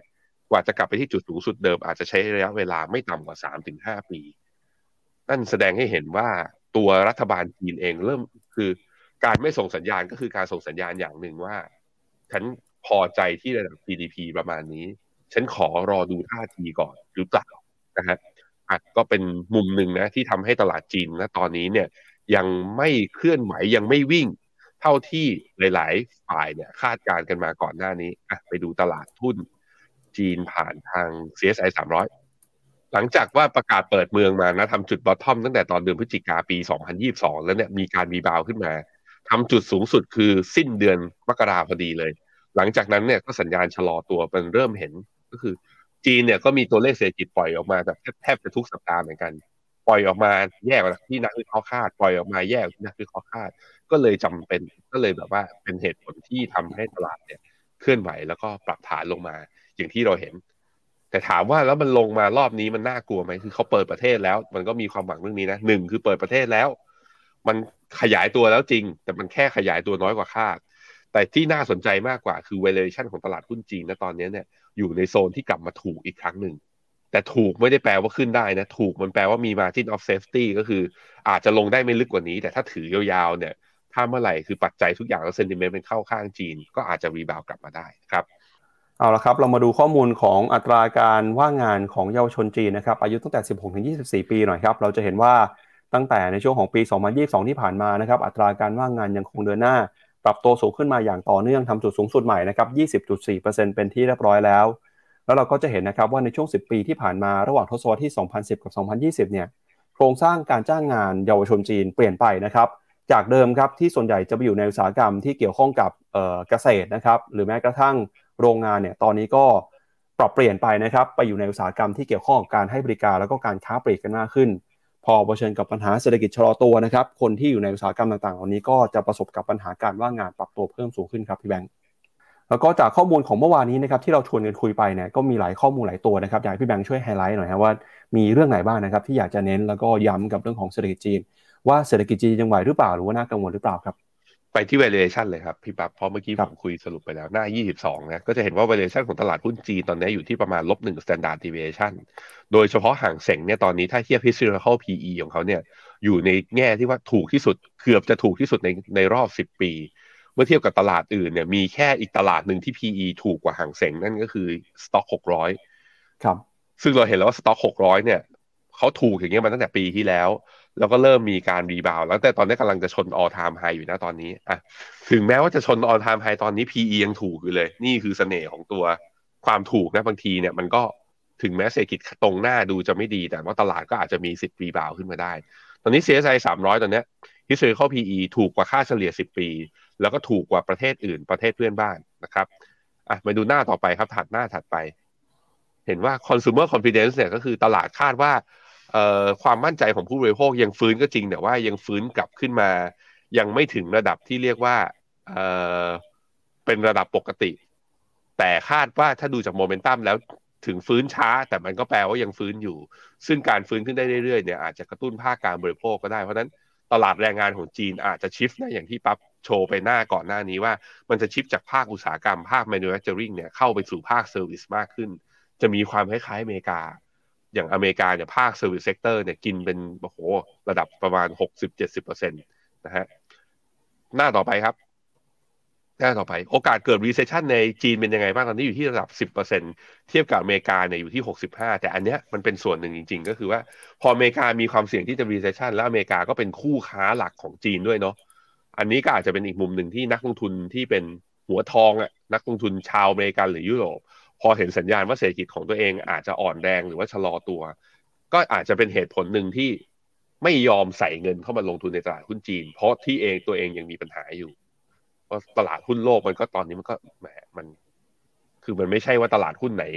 กว่าจะกลับไปที่จุดสูงสุดเดิมอาจจะใช้ระยะเวลาไม่ต่ำกว่า 3-5 ปีนั่นแสดงให้เห็นว่าตัวรัฐบาลจีนเองเริ่มคือการไม่ส่งสัญญาณก็คือการส่งสัญญาณอย่างหนึ่งว่าฉันพอใจที่ระดับ GDP ประมาณนี้ฉันขอรอดูท่าทีก่อนหรือเปล่านะฮะก็เป็นมุมหนึ่งนะที่ทำให้ตลาดจีนณตอนนี้เนี่ยยังไม่เคลื่อนไหวยังไม่วิ่งเท่าที่หลายๆฝ่ายเนี่ยคาดการณ์กันมาก่อนหน้านี้ไปดูตลาดหุ้นจีนผ่านทาง CSI 300หลังจากว่าประกาศเปิดเมืองมานะทำจุดบอททอมตั้งแต่ตอนเดือนพฤศจิกาปี 2022 แล้วเนี่ยมีการรีบาวขึ้นมาทำจุดสูงสุดคือสิ้นเดือนมกราพอดีเลยหลังจากนั้นเนี่ยก็สัญญาณชะลอตัวมันเริ่มเห็นก็คือจีนเนี่ยก็มีตัวเลขเศรษฐกิจปล่อยออกมาแบบแทบจะทุกสัปดาห์เหมือนกันปล่อยออกมาแย่กว่าที่นักวิเคราะห์คาดปล่อยออกมาแย่กว่าที่นักวิเคราะห์คาดก็เลยจำเป็นก็เลยแบบว่าเป็นเหตุผลที่ทำให้ตลาดเนี่ยเคลื่อนไหวแล้วก็ปรับฐานลงมาอย่างที่เราเห็นแต่ถามว่าแล้วมันลงมารอบนี้มันน่ากลัวไหมคือเขาเปิดประเทศแล้วมันก็มีความหวังเรื่องนี้นะหนึ่งคือเปิดประเทศแล้วมันขยายตัวแล้วจริงแต่มันแค่ขยายตัวน้อยกว่าคาดแต่ที่น่าสนใจมากกว่าคือ valuation ของตลาดหุ้นจีนณตอนนี้เนี่ยอยู่ในโซนที่กลับมาถูกอีกครั้งหนึ่งแต่ถูกไม่ได้แปลว่าขึ้นได้นะถูกมันแปลว่ามี margin of safety ก็คืออาจจะลงได้ไม่ลึกกว่านี้แต่ถ้าถือยาวๆเนี่ยถ้าเมื่อไหร่คือปัจจัยทุกอย่างแล้ว sentiment เป็นเข้าข้างจีนก็อาจจะรีบาวกลับมาได้ครับเอาละครับเรามาดูข้อมูลของอัตราการว่างงานของเยาวชนจีนนะครับอายุตั้งแต่ 16-24 ปีหน่อยครับเราจะเห็นว่าตั้งแต่ในช่วงของปี 2022 ที่ผ่านมานะครับอัตราการว่างงานยังคงเดินหน้าปรับตัวสูงขึ้นมาอย่างต่อเนื่องทำจุดสูงสุดใหม่นะครับ 20.4% เป็นที่เรียบร้อยแล้วแล้วเราก็จะเห็นนะครับว่าในช่วง 10 ปีที่ผ่านมาระหว่างทศวรรษที่ 2010 กับ 2020 เนี่ยโครงสร้างการจ้างงานเยาวชนจีนเปลี่ยนไปนะครับจากเดิมครับที่ส่วนใหญ่จะไปอยู่ในอุตสาหกรรมที่เกี่ยวข้องกับเกษตรนะครับหรือแม้กระทั่งโรงงานเนี่ยตอนนี้ก็ปรับเปลี่ยนไปนะครับไปอยู่ในอุตสาหกรรมที่เกี่ยวข้องกับการให้บริการแล้วก็การค้าปลีกกันมากขึ้นพอเผชิญกับปัญหาเศรษฐกิจชะลอตัวนะครับคนที่อยู่ในอุตสาหกรรมต่างๆเหล่านี้ก็จะประสบกับปัญหาการว่างงานปรับตัวเพิ่มสูงขึ้นครับพี่แบงค์แล้วก็จากข้อมูลของเมื่อวานนี้นะครับที่เราชวนกันคุยไปเนี่ยก็มีหลายข้อมูลหลายตัวนะครับอยากให้พี่แบงค์ช่วยไฮไลท์หน่อยครับว่ามีเรื่องไหนบ้างนะครับที่อยากจะเน้นแล้วก็ย้ำกับเรื่องของเศรษฐกิจจีนว่าเศรษฐกิจจีนยังไหวหรือเปล่าหรือว่าน่ากังวลหรือเปล่าครับไปที่ valuation เลยครับพี่ปั๊บเพราะเมื่อกี้ผมคุยสรุปไปแล้วหน้า22นะก็จะเห็นว่า valuation ของตลาดหุ้นจีนตอนนี้อยู่ที่ประมาณ-1 standard deviation โดยเฉพาะห่างเส็งเนี่ยตอนนี้ถ้าเทียบ historical PE ของเขาเนี่ยอยู่ในแง่ที่ว่าถูกที่สุดเกือบจะถูกที่สุดในรอบ10 ปีเมื่อเทียบกับตลาดอื่นเนี่ยมีแค่อีกตลาดหนึ่งที่ PE ถูกกว่าห่างเส็งนั่นก็คือ Stock 600 ครับซึ่งเราเห็นแล้วว่า Stock 600เนี่ยเขาถูกอย่างเงี้ยมาตั้งแต่ปีที่แล้วแล้วก็เริ่มมีการรีบาวแล้วแต่ตอนนี้กำลังจะชน all time high อยู่นะตอนนี้ถึงแม้ว่าจะชน all time high ตอนนี้ PE ยังถูกอยู่เลยนี่คือเสน่ห์ของตัวความถูกนะบางทีเนี่ยมันก็ถึงแม้เศรษฐกิจตรงหน้าดูจะไม่ดีแต่ว่าตลาดก็อาจจะมีสิทธิ์รีบาวขึ้นมาได้ตอนนี้ CSI 300ตอนเนี้ย historical PE ถูกกว่าค่าเฉลี่ย10 ปีแล้วก็ถูกกว่าประเทศอื่นประเทศเพื่อนบ้านนะครับมาดูหน้าต่อไปครับถัดไปเห็นว่า consumer confidence เนี่ยก็คือตลาดคาดว่าความมั่นใจของผู้บริโภคยังฟื้นก็จริงแต่ว่ายังฟื้นกลับขึ้นมายังไม่ถึงระดับที่เรียกว่าเเป็นระดับปกติแต่คาดว่าถ้าดูจากโมเมนตัมแล้วถึงฟื้นช้าแต่มันก็แปลว่ายังฟื้นอยู่ซึ่งการฟื้นขึ้นได้เรื่อยๆเนี่ยอาจจะกระตุ้นภาคการบริโภคก็ได้เพราะฉะนั้นตลาดแรงงานของจีนอาจจะชิฟต์นะอย่างที่ปั๊บโชว์ไปหน้าก่อนหน้านี้ว่ามันจะชิฟต์จากภาคอุตสาหกรรมภาค manufacturing เนี่ยเข้าไปสู่ภาค service มากขึ้นจะมีความคล้ายๆอเมริกาอย่างอเมริกาเนี่ยภาค service sector เนี่ยกินเป็นโอ้โหระดับประมาณ 60-70% นะฮะหน้าต่อไปครับหน้าต่อไปโอกาสเกิด recession ในจีนเป็นยังไงบ้างตอนนี้อยู่ที่ระดับ 10% เทียบกับอเมริกาเนี่ยอยู่ที่65แต่อันเนี้ยมันเป็นส่วนหนึ่งจริงๆก็คือว่าพออเมริกามีความเสี่ยงที่จะ recession แล้วอเมริกาก็เป็นคู่ค้าหลักของจีนด้วยเนาะอันนี้ก็อาจจะเป็นอีกมุมหนึ่งที่นักลงทุนที่เป็นหัวทองนักลงทุนชาวอเมริกันหรือยุโรปพอเห็นสัญญาณว่าเศรษฐกิจของตัวเองอาจจะอ่อนแรงหรือว่าชะลอตัวก็อาจจะเป็นเหตุผลหนึ่งที่ไม่ยอมใส่เงินเข้ามาลงทุนในตลาดหุ้นจีนเพราะที่ตัวเองยังมีปัญหาอยู่เพราะตลาดหุ้นโลกมันก็ตอนนี้มันก็แหมมันคือมันไม่ใช่ว่าตลาดหุ้นไหน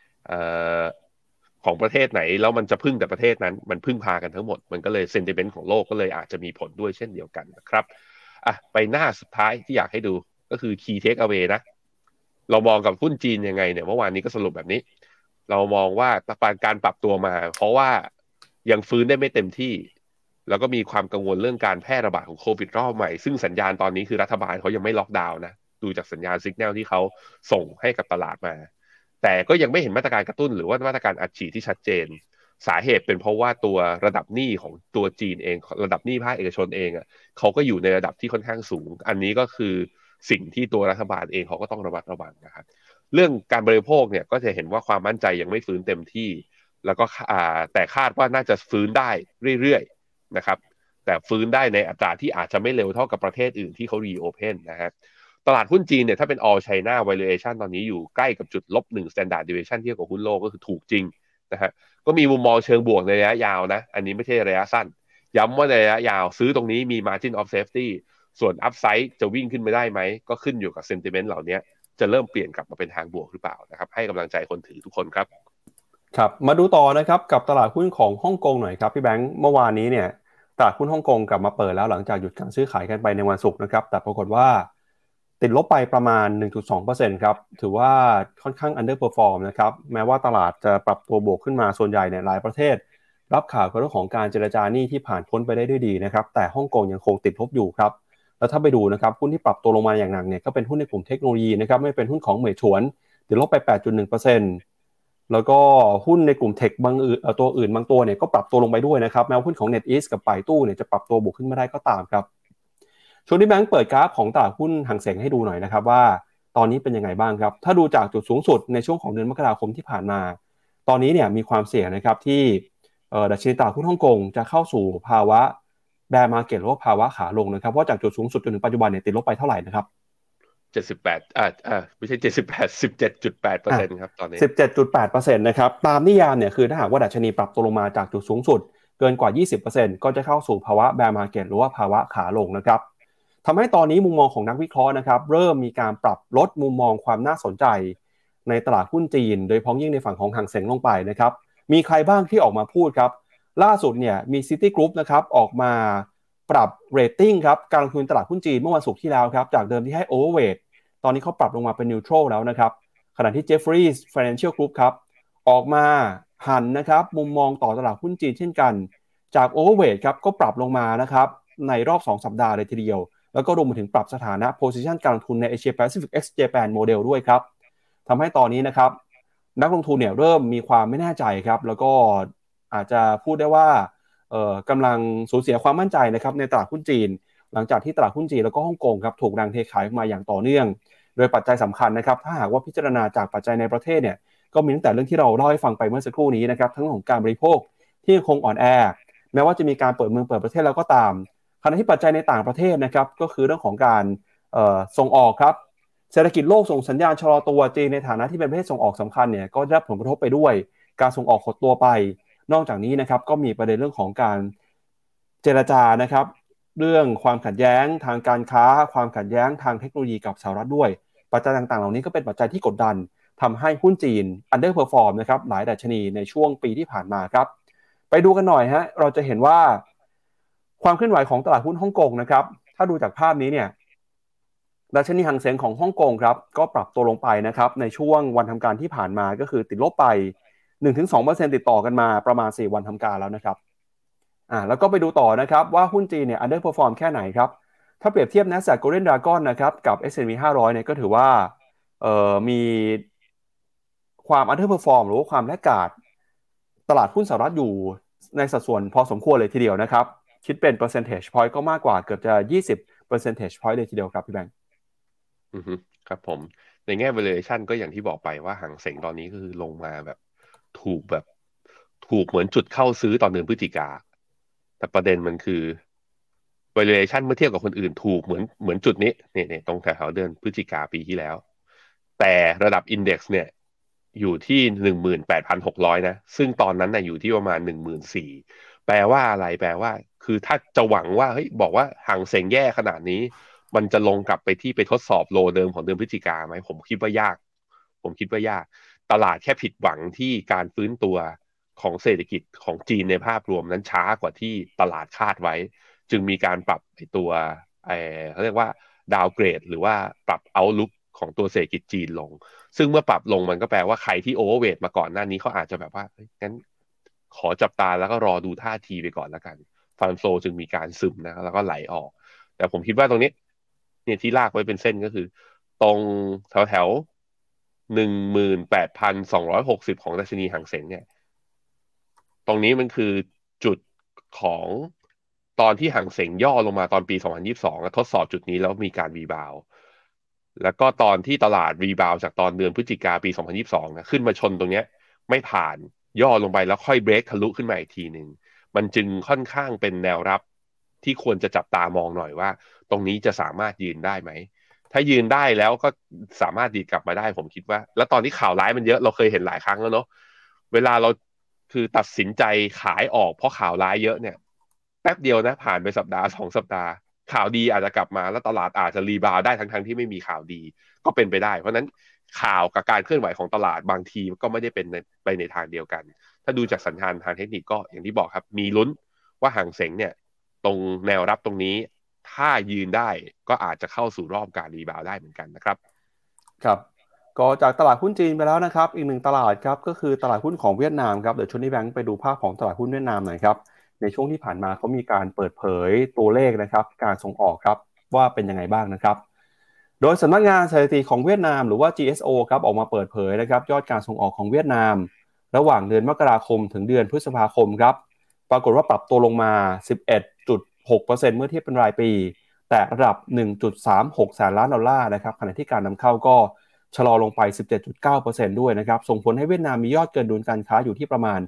ของประเทศไหนแล้วมันจะพึ่งแต่ประเทศนั้นมันพึ่งพากันทั้งหมดมันก็เลยเซนติเมนต์ของโลกก็เลยอาจจะมีผลด้วยเช่นเดียวกันนะครับไปหน้าสุดท้ายที่อยากให้ดูก็คือ key take away นะเรามองกับหุ้นจีนยังไงเนี่ยเมื่อวานนี้ก็สรุปแบบนี้เรามองว่าการปรับตัวมาเพราะว่ายังฟื้นได้ไม่เต็มที่แล้วก็มีความกังวลเรื่องการแพร่ระบาดของโควิดรอบใหม่ซึ่งสัญญาณตอนนี้คือรัฐบาลเขายังไม่ล็อกดาวน์นะดูจากสัญญาณสัญญาณที่เขาส่งให้กับตลาดมาแแต่ก็ยังไม่เห็นมาตรการกระตุ้นหรือว่ามาตรการอัดฉีดที่ชัดเจนสาเหตุเป็นเพราะว่าตัวระดับหนี้ของตัวจีนเองระดับหนี้ภาคเอกชนเองอ่ะเขาก็อยู่ในระดับที่ค่อนข้างสูงอันนี้ก็คือสิ่งที่ตัวรัฐบาลเองเขาก็ต้องระมัดระวังนะครับเรื่องการบริโภคเนี่ยก็จะเห็นว่าความมั่นใจยังไม่ฟื้นเต็มที่แล้วก็แต่คาดว่าน่าจะฟื้นได้เรื่อยๆนะครับแต่ฟื้นได้ในอัตราที่อาจจะไม่เร็วเท่ากับประเทศอื่นที่เขารีโอเพนนะครับตลาดหุ้นจีนเนี่ยถ้าเป็น all China valuation ตอนนี้อยู่ใกล้กับจุด-1 standard deviation เทียบกับหุ้นโลกก็คือถูกจริงนะฮะก็มีมุมมองเชิงบวกในระยะยาวนะอันนี้ไม่ใช่ระยะสั้นย้ำว่าในระยะยาวซื้อตรงนี้มี margin of safety ส่วน upside จะวิ่งขึ้นไปได้ไหมก็ขึ้นอยู่กับ sentiment เหล่านี้จะเริ่มเปลี่ยนกลับมาเป็นทางบวกหรือเปล่านะครับให้กำลังใจคนถือทุกคนครับครับมาดูต่อนะครับกับตลาดหุ้นของฮ่องกงหน่อยครับพี่แบงค์เมื่อวานนี้เนี่ยตลาดหุ้นฮ่องกงกลับมาเปิดแล้วหลังจากหยุดการซื้อขายกันไปในวันศุกร์นะครับแต่ปรากฏว่าติดลบไปประมาณ 1.2% ครับถือว่าค่อนข้าง underperform นะครับแม้ว่าตลาดจะปรับตัวบวกขึ้นมาส่วนใหญ่เนี่ยหลายประเทศรับข่าวเรื่องของการเจรจาหนี้ที่ผ่านพ้นไปได้ด้วยดีนะครับแต่ฮ่องกงยังคงติดลบอยู่ครับแล้วถ้าไปดูนะครับหุ้นที่ปรับตัวลงมาอย่างหนักเนี่ยก็เป็นหุ้นในกลุ่มเทคโนโลยีนะครับไม่เป็นหุ้นของเหมยฉวนติดลบไป 8.1%แล้วก็หุ้นในกลุ่มเทคบางตัวอื่นบางตัวเนี่ยก็ปรับตัวลงไปด้วยนะครับแม้ว่าหุ้นของ NetEase กับไปตู้เนี่ยจะปรับตัวบวกขึ้นมาได้ก็ตามครับช่วงที่แบงค์เปิดกราฟของตลาดหุ้นหางเส็งให้ดูหน่อยนะครับว่าตอนนี้เป็นยังไงบ้างครับถ้าดูจากจุดสูงสุดในช่วงของเดือนมกราคมที่ผ่านมาตอนนี้เนี่ยมีความเสี่ยงนะครับที่ดัชนีตลาดหุ้นฮ่องกงจะเข้าสู่ภาวะแบร์มาร์เก็ตหรือว่าภาวะขาลงนะครับเพราะจากจุดสูงสุดจนถึงปัจจุบันเนี่ยติดลบไปเท่าไหร่นะครับ 78ไม่ใช่78 17.8%ครับตอนนี้ 17.8% นะครับตามนิยามเนี่ยคือถ้าหากว่าดัชนีปรับตัวลงมาจากจุดสูงสุดเกินกว่า 20% ก็จะเข้าสู่ภาวะ bear market หรือว่าภาวะขาลงนะครับทำให้ตอนนี้มุมมองของนักวิเคราะห์นะครับเริ่มมีการปรับลดมุมมองความน่าสนใจในตลาดหุ้นจีนโดยเฉพาะยิ่งในฝั่งของหางเส็งลงไปนะครับมีใครบ้างที่ออกมาพูดครับล่าสุดเนี่ยมี City Group นะครับออกมาปรับเรตติ้งครับการลงทุนตลาดหุ้นจีนเมื่อวันศุกร์ที่แล้วครับจากเดิมที่ให้ overweight ตอนนี้เขาปรับลงมาเป็น neutral แล้วนะครับขณะที่ Jefferies Financial Group ครับออกมาหันนะครับมุมมองต่อตลาดหุ้นจีนเช่นกันจาก overweight ครับก็ปรับลงมานะครับในรอบ2สัปดาห์เลยทีเดียวแล้วก็รวมไปถึงปรับสถานะ position การลงทุนใน Asia Pacific X Japan Model ด้วยครับทำให้ตอนนี้นะครับนักลงทุนเนี่ยเริ่มมีความไม่แน่ใจครับแล้วก็อาจจะพูดได้ว่ากำลังสูญเสียความมั่นใจนะครับในตลาดหุ้นจีนหลังจากที่ตลาดหุ้นจีนแล้วก็ฮ่องกงครับถูกแรงเทขายมาอย่างต่อเนื่องโดยปัจจัยสำคัญนะครับถ้าหากว่าพิจารณาจากปัจจัยในประเทศเนี่ยก็มีตั้งแต่เรื่องที่เราเล่าให้ฟังไปเมื่อสักครู่นี้นะครับทั้งของการบริโภคที่ยังคงอ่อนแอแม้ว่าจะมีการเปิดเมืองเปิดประเทศแล้วก็ตามขณะที่ปัจจัยในต่างประเทศนะครับก็คือเรื่องของการส่งออกครับเศรษฐกิจโลกส่งสัญญาณชะลอตัวจีนในฐานะที่เป็นประเทศส่งออกสำคัญเนี่ยก็ได้รับผลกระทบไปด้วยการส่งออกหดตัวไปนอกจากนี้นะครับก็มีประเด็นเรื่องของการเจรจานะครับเรื่องความขัดแย้งทางการค้าความขัดแย้งทางเทคโนโลยีกับสหรัฐด้วยปัจจัยต่างๆเหล่านี้ก็เป็นปัจจัยที่กดดันทำให้หุ้นจีน underperform นะครับหลายดัชนีในช่วงปีที่ผ่านมาครับไปดูกันหน่อยฮะเราจะเห็นว่าความเคลื่อนไหวของตลาดหุ้นฮ่องกงนะครับถ้าดูจากภาพนี้เนี่ยดัชนีหางเส็งของฮ่องกงครับก็ปรับตัวลงไปนะครับในช่วงวันทำการที่ผ่านมาก็คือติดลบไป 1-2% ติดต่อกันมาประมาณ4วันทำการแล้วนะครับแล้วก็ไปดูต่อนะครับว่าหุ้นจีนเนี่ย underperform แค่ไหนครับถ้าเปรียบเทียบ Nasdaq Golden Dragon นะครับกับ S&P 500เนี่ยก็ถือว่ามีความ underperform หรือว่าความแลกขาดตลาดหุ้นสหรัฐอยู่ในสัดส่วนพอสมควรเลยทีเดียวนะครับคิดเป็น percentage point ก็มากกว่าเกือบจะ20 percentage point เลยทีเดียวครับพี่แบงค์ครับผมในแง่ valuation ก็อย่างที่บอกไปว่าหางเส็งตอนนี้ก็คือลงมาแบบถูกเหมือนจุดเข้าซื้อตอนเดือนพฤศจิกาแต่ประเด็นมันคือ valuation เมื่อเทียบกับคนอื่นถูกเหมือนจุดนี้เนี่ยตรงแถวเดือนพฤศจิกาปีที่แล้วแต่ระดับ index เนี่ยอยู่ที่ 18,600 นะซึ่งตอนนั้นน่ะอยู่ที่ประมาณ 14,000 แปลว่าอะไรแปลว่าคือถ้าจะหวังว่าเฮ้ยบอกว่าหางเส็งแย่ขนาดนี้มันจะลงกลับไปที่ไปทดสอบโลเดิมของเดือนพฤศจิกาไหมผมคิดว่ายากตลาดแค่ผิดหวังที่การฟื้นตัวของเศรษฐกิจของจีนในภาพรวมนั้นช้ากว่าที่ตลาดคาดไว้จึงมีการปรับตัวเขาเรียกว่าดาวเกรดหรือว่าปรับเอาท์ลุคของตัวเศรษฐกิจจีนลงซึ่งเมื่อปรับลงมันก็แปลว่าใครที่โอเวอร์เวทมาก่อนหน้านี้เขาอาจจะแบบว่างั้นขอจับตาแล้วก็รอดูท่าทีไปก่อนแล้วกันฟันโฟจึงมีการซึมนะแล้วก็ไหลออกแต่ผมคิดว่าตรงนี้เนี่ยที่ลากไว้เป็นเส้นก็คือตรงแถว 18,260ของดัชนีหางเส็งเนี่ยตรงนี้มันคือจุดของตอนที่หางเส็งย่อลงมาตอนปี2022ทดสอบจุดนี้แล้วมีการรีบาวด์แล้วก็ตอนที่ตลาดรีบาวด์จากตอนเดือนพฤศจิกาปี2022นะขึ้นมาชนตรงเนี้ยไม่ผ่านย่อลงไปแล้วค่อยเบรกทะลุขึ้นมาอีกทีหนึ่งมันจึงค่อนข้างเป็นแนวรับที่ควรจะจับตามองหน่อยว่าตรงนี้จะสามารถยืนได้ไหมถ้ายืนได้แล้วก็สามารถดีดกลับมาได้ผมคิดว่าแล้วตอนที่ข่าวร้ายมันเยอะเราเคยเห็นหลายครั้งแล้วเนาะเวลาเราคือตัดสินใจขายออกเพราะข่าวร้ายเยอะเนี่ยแป๊บเดียวนะผ่านไปสัปดาห์2 สัปดาห์ข่าวดีอาจจะกลับมาแล้วตลาดอาจจะรีบาวด์ได้ทั้งที่ไม่มีข่าวดีก็เป็นไปได้เพราะนั้นข่าวกับการเคลื่อนไหวของตลาดบางทีก็ไม่ได้เป็นไปในทางเดียวกันถ้าดูจากสัญญาณทางเทคนิคก็อย่างที่บอกครับมีลุ้นว่าหางเส็งเนี่ยตรงแนวรับตรงนี้ถ้ายืนได้ก็อาจจะเข้าสู่รอบการรีบาวด์ได้เหมือนกันนะครับครับก็จากตลาดหุ้นจีนไปแล้วนะครับอีกหนึ่งตลาดครับก็คือตลาดหุ้นของเวียดนามครับเดี๋ยวชวนนี่แบงค์ไปดูภาพของตลาดหุ้นเวียดนามหน่อยครับในช่วงที่ผ่านมาเขามีการเปิดเผยตัวเลขนะครับการส่งออกครับว่าเป็นยังไงบ้างนะครับโดยสำนักงานสถิติของเวียดนามหรือว่า GSO ครับออกมาเปิดเผยนะครับยอดการส่งออกของเวียดนามระหว่างเดือนมกราคมถึงเดือนพฤษภาคมครับปรากฏว่าปรับตัวลงมา 11.6% เมื่อเทียบเป็นรายปีแต่ระดับ 1.36 แสนล้านดอลลาร์นะครับขณะที่การนำเข้าก็ชะลอลงไป 17.9% ด้วยนะครับส่งผลให้เวียดนามมียอดเกินดุลการค้าอยู่ที่ประมาณ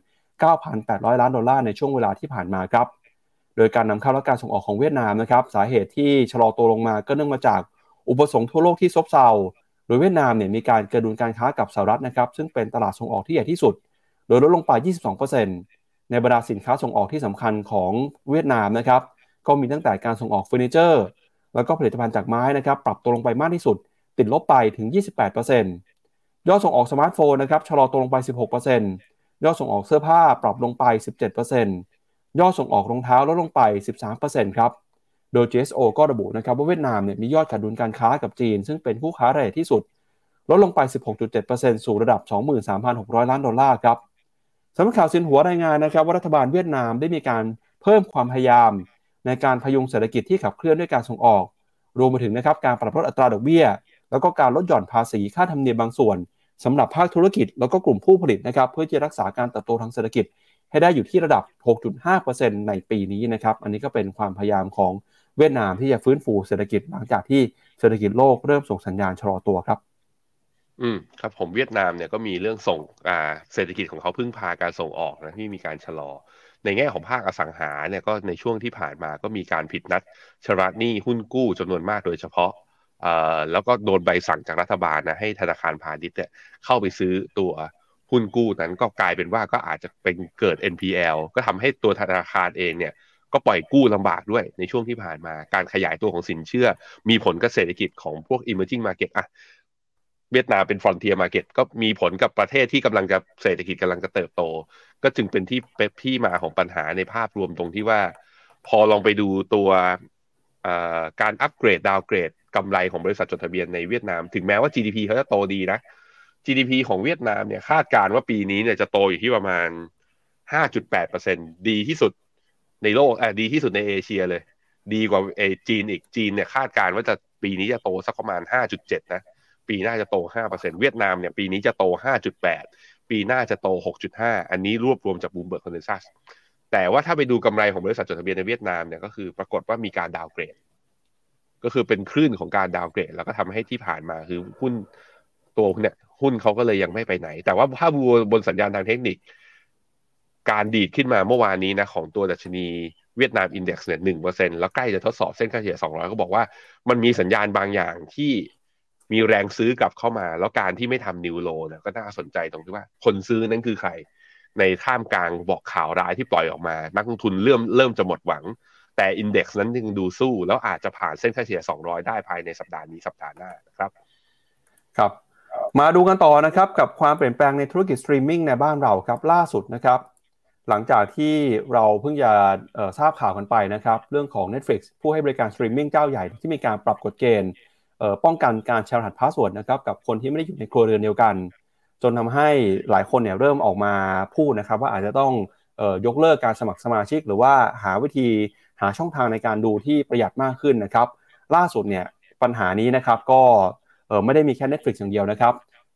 9,800 ล้านดอลลาร์ในช่วงเวลาที่ผ่านมาครับโดยการนำเข้าและการส่งออกของเวียดนามนะครับสาเหตุที่ชะลอตัวลงมาก็เนื่องมาจากอุปสงค์ทั่วโลกที่ซบเซาโดยเวียดนามเนี่ยมีการเกินดุลการค้ากับสหรัฐนะครับซึ่งเป็นตลาดส่งออกที่ใหญ่ที่สุดโดยลดลงไป 22% ในบรรดาสินค้าส่งออกที่สำคัญของเวียดนามนะครับก็มีตั้งแต่การส่งออกเฟอร์นิเจอร์แล้วก็ผลิตภัณฑ์จากไม้นะครับปรับตัวลงไปมากที่สุดติดลบไปถึง 28%ยอดส่งออกสมาร์ทโฟนนะครับชะลอตัวลงไป 16% ยอดส่งออกเสื้อผ้าปรับลงไป 17%ยอดส่งออกรองเท้าลดลงไป 13% ครับโดย GSO ก็ระบุนะครับว่าเวียดนามเนี่ยมียอดขาดดุลการค้ากับจีนซึ่งเป็นคู่ค้ารายใหญ่ที่สุดลดลงไป 16.7% สู่ระดับ 23,600 ล้านดอลลาร์ครับสำนักข่าวซินหัวรายงานนะครับว่ารัฐบาลเวียดนามได้มีการเพิ่มความพยายามในการพยุงเศรษฐกิจที่ขับเคลื่อนด้วยการส่งออกรวมไปถึงนะครับการปรับลดอัตราดอกเบี้ยแล้วก็การลดหย่อนภาษีค่าธรรมเนียมบางส่วนสำหรับภาคธุรกิจแล้วก็กลุ่มผู้ผลิตนะครับเพื่อจะรักษาการเติบโตทางเศรษฐกิจให้ได้อยู่ที่ระดับ 6.5% ในปีนี้นะครับอันนี้ก็เป็นความพยายามของเวียดนามที่จะฟื้นฟูเศรษฐกิจหลังจากที่เศรษฐกิจโลกเริ่มส่งสัญญาณชะลอตัวครับครับผมเวียดนามเนี่ยก็มีเรื่องส่งเศรษฐกิจของเขาพึ่งพาการส่งออกนะที่มีการชะลอในแง่ของภาคอสังหาเนี่ยก็ในช่วงที่ผ่านมาก็มีการผิดนัดชำระหนี้หุ้นกู้จำนวนมากโดยเฉพาะแล้วก็โดนใบสั่งจากรัฐบาลนะให้ธนาคารพาณิชย์เนี่ยเข้าไปซื้อตัวหุ้นกู้นั้นก็กลายเป็นว่าก็อาจจะเป็นเกิด NPL ก็ทำให้ตัวธนาคารเองเนี่ยก็ปล่อยกู้ลำบากด้วยในช่วงที่ผ่านมาการขยายตัวของสินเชื่อมีผลกับเศรษฐกิจของพวก emerging market เวียดนามเป็น frontier market ก็มีผลกับประเทศที่กำลังจะเศรษฐกิจกำลังจะเติบโตก็จึงเป็นที่มาของปัญหาในภาพรวมตรงที่ว่าพอลองไปดูตัวการอัปเกรดดาวเกรดกำไรของบริษัทจดทะเบียนในเวียดนามถึงแม้ว่า GDP เขาจะโตดีนะ GDP ของเวียดนามเนี่ยคาดการณ์ว่าปีนี้เนี่ยจะโตอยู่ที่ประมาณ 5.8% ดีที่สุดในโลกดีที่สุดในเอเชียเลยดีกว่าจีนอีกจีนเนี่ยคาดการณ์ว่าจะปีนี้จะโตสักประมาณ 5.7 นะปีหน้าจะโต 5% เวียดนามเนี่ยปีนี้จะโต 5.8 ปีหน้าจะโต 6.5 อันนี้รวบรวมจาก Bloomberg Consensus แต่ว่าถ้าไปดูกำไรของบริษัทจดทะเบียนในเวียดนามเนี่ยก็คือปรากฏว่ามีการดาวเกรดก็คือเป็นคลื่นของการดาวเกรดแล้วก็ทำให้ที่ผ่านมาคือหุ้นตัวเนี่ยหุ้นเขาก็เลยยังไม่ไปไหนแต่ว่าถ้าดูบนสัญญาณทางเทคนิคการดีดขึ้นมาเมื่อวานนี้นะของตัวดัชนีเวียดนามอินเด็กซ์เนี่ย 1% แล้วใกล้จะทดสอบเส้นค่าเฉลี่ย200ก็บอกว่ามันมีสัญญาณบางอย่างที่มีแรงซื้อกลับเข้ามาแล้วการที่ไม่ทำนิวโลเนี่ยก็น่าสนใจตรงที่ว่าคนซื้อนั้นคือใครในท่ามกลางบอกข่าวร้ายที่ปล่อยออกมานักลงทุนเริ่มจะหมดหวังแต่อินเด็กซ์นั้นยังดูสู้แล้วอาจจะผ่านเส้นค่าเฉลี่ย200ได้ภายในสัปดาห์นี้สัปดาห์หน้านะครับครับมาดูกันต่อนะครับกับความเปลี่ยนแปลงในธุรกิจสตรีมมิ่งในบ้านเราครับล่าสุดนะครับหลังจากที่เราเพิ่งจะทราบข่าวกันไปนะครับเรื่องของ Netflix ผู้ให้บริการสตรีมมิ่งเจ้าใหญ่ที่มีการปรับกฎเกณฑ์ป้องกันการแชร์รหัสพาสเวิร์ดนะครับกับคนที่ไม่ได้อยู่ในครัวเรือนเดียวกันจนทำให้หลายคนเนี่ยเริ่มออกมาพูดนะครับว่าอาจจะต้องยกเลิกการสมัครสมาชิกหรือว่าหาวิธีหาช่องทางในการดูที่ประหยัดมากขึ้นนะครับล่าสุดเนี่ยปัญหานี้นะครับก็ไม่ได้มีแค่ Netflix อย่างเดียวนะครับ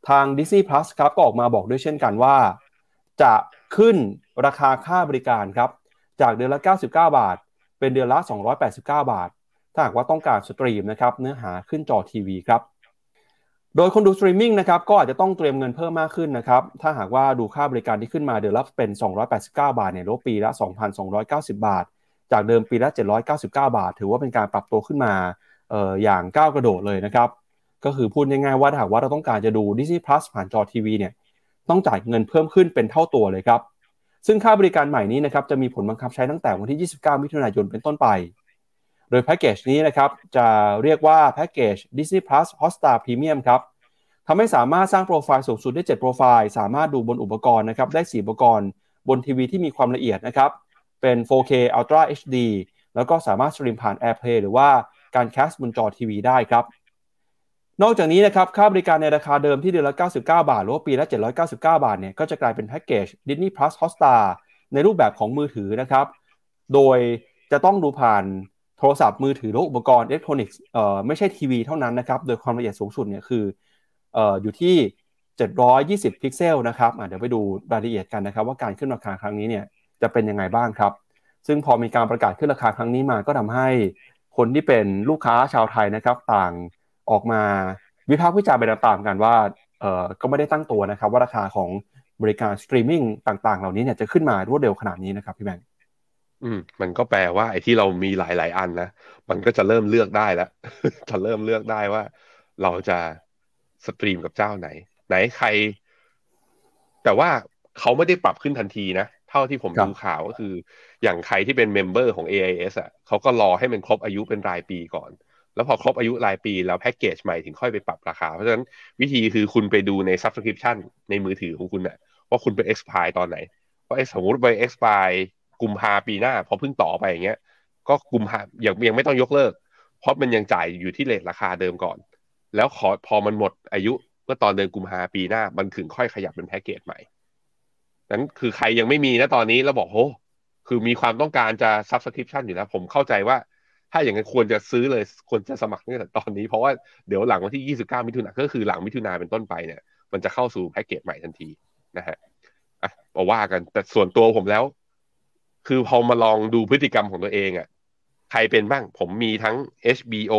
ทาง Disney Plus ครับก็ออกมาบอกด้วยเช่นกันว่าจะขึ้นราคาค่าบริการครับจากเดือนละ99 บาทเป็นเดือนละ289 บาทถ้าหากว่าต้องการสตรีมนะครับเนื้อหาขึ้นจอทีวีครับโดยคนดูสตรีมมิ่งนะครับก็อาจจะต้องเตรียมเงินเพิ่มมากขึ้นนะครับถ้าหากว่าดูค่าบริการที่ขึ้นมาเดือนละเป็น289 บาทเนี่ยลดปีละ 2,290 บาทจากเดิมปีละ799 บาทถือว่าเป็นการปรับตัวขึ้นมาอย่างก้าวกระโดดเลยนะครับก็คือพูดง่ายๆว่าถ้าหากว่าเราต้องการจะดู Disney Plus ผ่านจอทีวีเนี่ยต้องจ่ายเงินเพิ่มขึ้นเป็นเท่าตัวเลยครับซึ่งค่าบริการใหม่นี้นะครับจะมีผลบังคับใช้ตั้งแต่วันที่29 มิถุนายนเป็นต้นไปโดยแพ็กเกจนี้นะครับจะเรียกว่าแพ็กเกจ Disney Plus Hotstar Premium ครับทำให้สามารถสร้างโปรไฟล์สูงสุดได้7โปรไฟล์สามารถดูบนอุปกรณ์นะครับได้4อุปกรณ์บนทีวีที่มีความละเอียดนะครับเป็น 4K Ultra HD แล้วก็สามารถสตรีมผ่าน AirPlay หรือว่าการแคสต์บนจอทีวีได้ครับนอกจากนี้นะครับค่าบริการในราคาเดิมที่เดือนละ99 บาทหรือว่าปีละ799 บาทเนี่ยก็จะกลายเป็นแพ็กเกจ Disney Plus Hotstar ในรูปแบบของมือถือนะครับโดยจะต้องดูผ่านโทรศัพท์มือถือหรืออุปกรณ์อิเล็กทรอนิกส์ไม่ใช่ทีวีเท่านั้นนะครับโดยความละเอียดสูงสุดเนี่ยคืออยู่ที่720พิกเซลนะครับเดี๋ยวไปดูรายละเอียดกันนะครับว่าการขึ้นราคาครั้งนี้เนี่ยจะเป็นยังไงบ้างครับซึ่งพอมีการประกาศขึ้นราคาครั้งนี้มาก็ทำให้คนที่เป็นลูกค้าชาวไทยนะครับต่างออกมาวิพากษ์วิจารณ์ไปตามๆกันว่าก็ไม่ได้ตั้งตัวนะครับว่าราคาของบริการสตรีมมิ่งต่างๆเหล่านี้เนี่ยจะขึ้นมารวดเร็วขนาดนี้นะครับพี่แบงค์มันก็แปลว่าไอ้ที่เรามีหลายๆอันนะมันก็จะเริ่มเลือกได้แล้ว จะเริ่มเลือกได้ว่าเราจะสตรีมกับเจ้าไหนใครแต่ว่าเขาไม่ได้ปรับขึ้นทันทีนะเท่าที่ผมดูข่าวก็คืออย่างใครที่เป็นเมมเบอร์ของ AIS อ่ะเขาก็รอให้มันครบอายุเป็นรายปีก่อนแล้วพอครบอายุรายปีแล้วแพ็กเกจใหม่ถึงค่อยไปปรับราคาเพราะฉะนั้นวิธีคือคุณไปดูใน Subscription ในมือถือของคุณน่ะว่าคุณไป expire ตอนไหนเพราะสมมติไป expire กุมภาปีหน้าพอเพิ่งต่อไปอย่างเงี้ยก็กุมภายังไม่ต้องยกเลิกเพราะมันยังจ่ายอยู่ที่เรทราคาเดิมก่อนแล้วพอมันหมดอายุเมื่อตอนเดือนกุมภาปีหน้ามันถึงค่อยขยับเป็นแพ็กเกจใหม่นั้นคือใครยังไม่มีนะตอนนี้แล้วบอกโหคือมีความต้องการจะ subscription อยู่แล้วผมเข้าใจว่าถ้าอย่างนั้นควรจะซื้อเลยควรจะสมัครตั้งแต่ตอนนี้เพราะว่าเดี๋ยวหลังวันที่29มิถุนายนก็คือหลังมิถุนายนเป็นต้นไปเนี่ยมันจะเข้าสู่แพ็กเกจใหม่ทันทีนะฮะมาว่ากันแต่ส่วนตัวผมแล้วคือพอมาลองดูพฤติกรรมของตัวเองอ่ะใครเป็นบ้างผมมีทั้ง HBO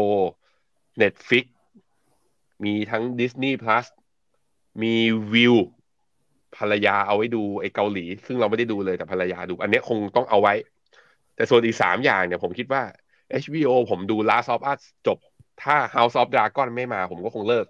Netflix มีทั้ง Disney Plus มีวิวภรรยาเอาไว้ดูไอ้เกาหลีซึ่งเราไม่ได้ดูเลยแต่ภรรยาดูอันนี้คงต้องเอาไว้แต่ส่วนอีก3 อย่างเนี่ยผมคิดว่า HBO ผมดู Last of Us จบถ้า House of Dragon ไม่มาผมก็คงเลิก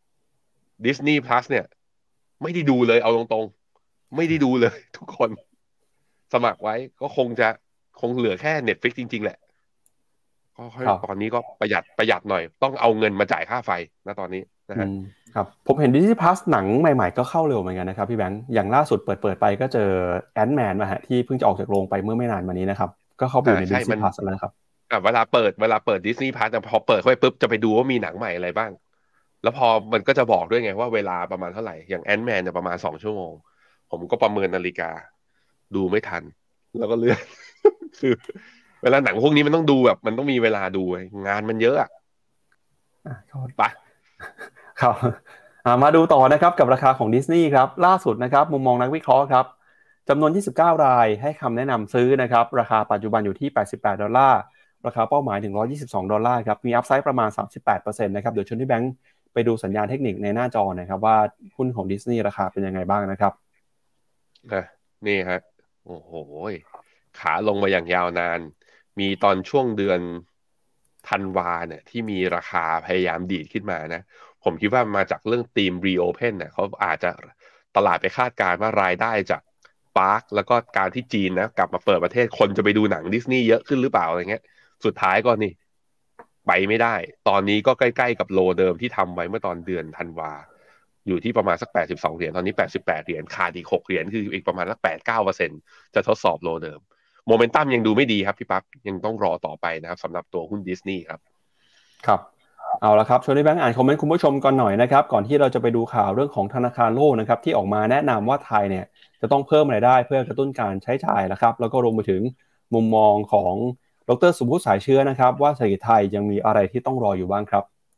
Disney Plus เนี่ยไม่ได้ดูเลยเอาตรงๆไม่ได้ดูเลยทุกคนสมัครไว้ก็คงเหลือแค่ Netflix จริงๆแหละก็ตอนนี้ก็ประหยัดหน่อยต้องเอาเงินมาจ่ายค่าไฟนะตอนนี้นะฮะครับผมเห็น Disney Plus หนังใหม่ๆก็เข้าเร็วเหมือนกันนะครับพี่แบงค์อย่างล่าสุดเปิดไปก็เจอแอนท์แมนมาฮะที่เพิ่งจะออกจากโรงไปเมื่อไม่นานมานี้นะครับก็เข้าไปอยู่ใน Disney Plus แล้วครับเวลาเปิด Disney Plus พอเปิดเข้าไปปุ๊บจะไปดูว่ามีหนังใหม่อะไรบ้างแล้วพอมันก็จะบอกด้วยไงว่าเวลาประมาณเท่าไหร่อย่างแอนท์แมนเนี่ยประมาณ2 ชั่วโมงผมก็ประเมินนาฬิกาดูไม่ทันแล้วก็เลื่อน คือเวลาหนังพวกนี้มันต้องดูแบบมันต้องมีเวลาดูงานมันเยอะไปครับมาดูต่อนะครับกับราคาของดิสนีย์ครับล่าสุดนะครับมุมมองนักวิเคราะห์ครับจำนวน29 รายให้คำแนะนำซื้อนะครับราคาปัจจุบันอยู่ที่$88ราคาเป้าหมายถึง$122ครับมีอัพไซด์ประมาณ 38% นะครับเดี๋ยวชวนที่แบงค์ไปดูสัญญาณเทคนิคในหน้าจอนะครับว่าหุ้นของดิสนีย์ราคาเป็นยังไงบ้างนะครับนี่ฮะโอ้โหขาลงมาอย่างยาวนานมีตอนช่วงเดือนธันวาเนี่ยที่มีราคาพยายามดีดขึ้นมานะผมคิดว่ามาจากเรื่องธีม Reopen เนี่ยเขาอาจจะตลาดไปคาดการณ์ว่ารายได้จากปาร์คแล้วก็การที่จีนนะกลับมาเปิดประเทศคนจะไปดูหนังดิสนีย์เยอะขึ้นหรือเปล่าอะไรเงี้ยสุดท้ายก็นี่ไปไม่ได้ตอนนี้ก็ใกล้ๆกับโลเดิมที่ทำไว้เมื่อตอนเดือนธันวาอยู่ที่ประมาณสัก82 เหรียญตอนนี้88 เหรียญขาดอีก6 เหรียญคืออีกประมาณสัก8-9%จะทดสอบโลเดิมโมเมนตัมยังดูไม่ดีครับพี่ปั๊บยังต้องรอต่อไปนะครับสำหรับตัวหุ้นดิสนีย์ครับครับเอาละครับชวนให้แบงค์อ่านคอมเมนต์คุณผู้ชมก่อนหน่อยนะครับก่อนที่เราจะไปดูข่าวเรื่องของธนาคารโลกนะครับที่ออกมาแนะนำว่าไทยเนี่ยจะต้องเพิ่มรายได้เพื่อกระตุ้นการใช้จ่ายนะครับแล้วก็รวมไปถึงมุมมองของดร.สุภุชสายเชื้อนะครับว่าเศรษฐกิจไทยยังมีอะไรที่ต้องรออยู่บ้างครับ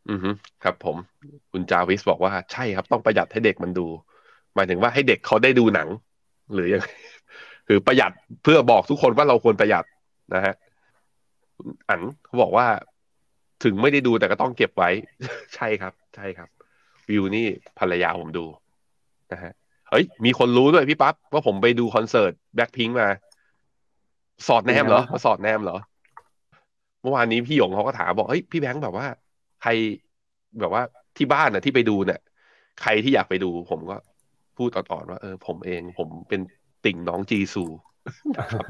อือฮึครับผมคุณจาวิสบอกว่าใช่ครับต้องประหยัดให้เด็กมันดูหมายถึงว่าให้เด็กเขาได้ดูหนังหรือยังไงคือประหยัดเพื่อบอกทุกคนว่าเราควรประหยัดนะฮะอันเขาบอกว่าถึงไม่ได้ดูแต่ก็ต้องเก็บไว้ใช่ครับใช่ครับวิวนี่ภรรยาผมดูนะฮะเฮ้ยมีคนรู้ด้วยพี่ปั๊บว่าผมไปดูคอนเสิร์ตแบล็คพิงค์มาสอดเป็นแนมเหรอยังไงบ้างครับมาสอดแนมเหรอ เมื่อวานนี้พี่หยงเขาก็ถามบอกเฮ้ยพี่แบงค์แบบว่าใครแบบว่าที่บ้านน่ะที่ไปดูเนี่ยใครที่อยากไปดูผมก็พูดอ่อนๆว่าผมเองผมเป็นติ่งน้องจีซูนะครับ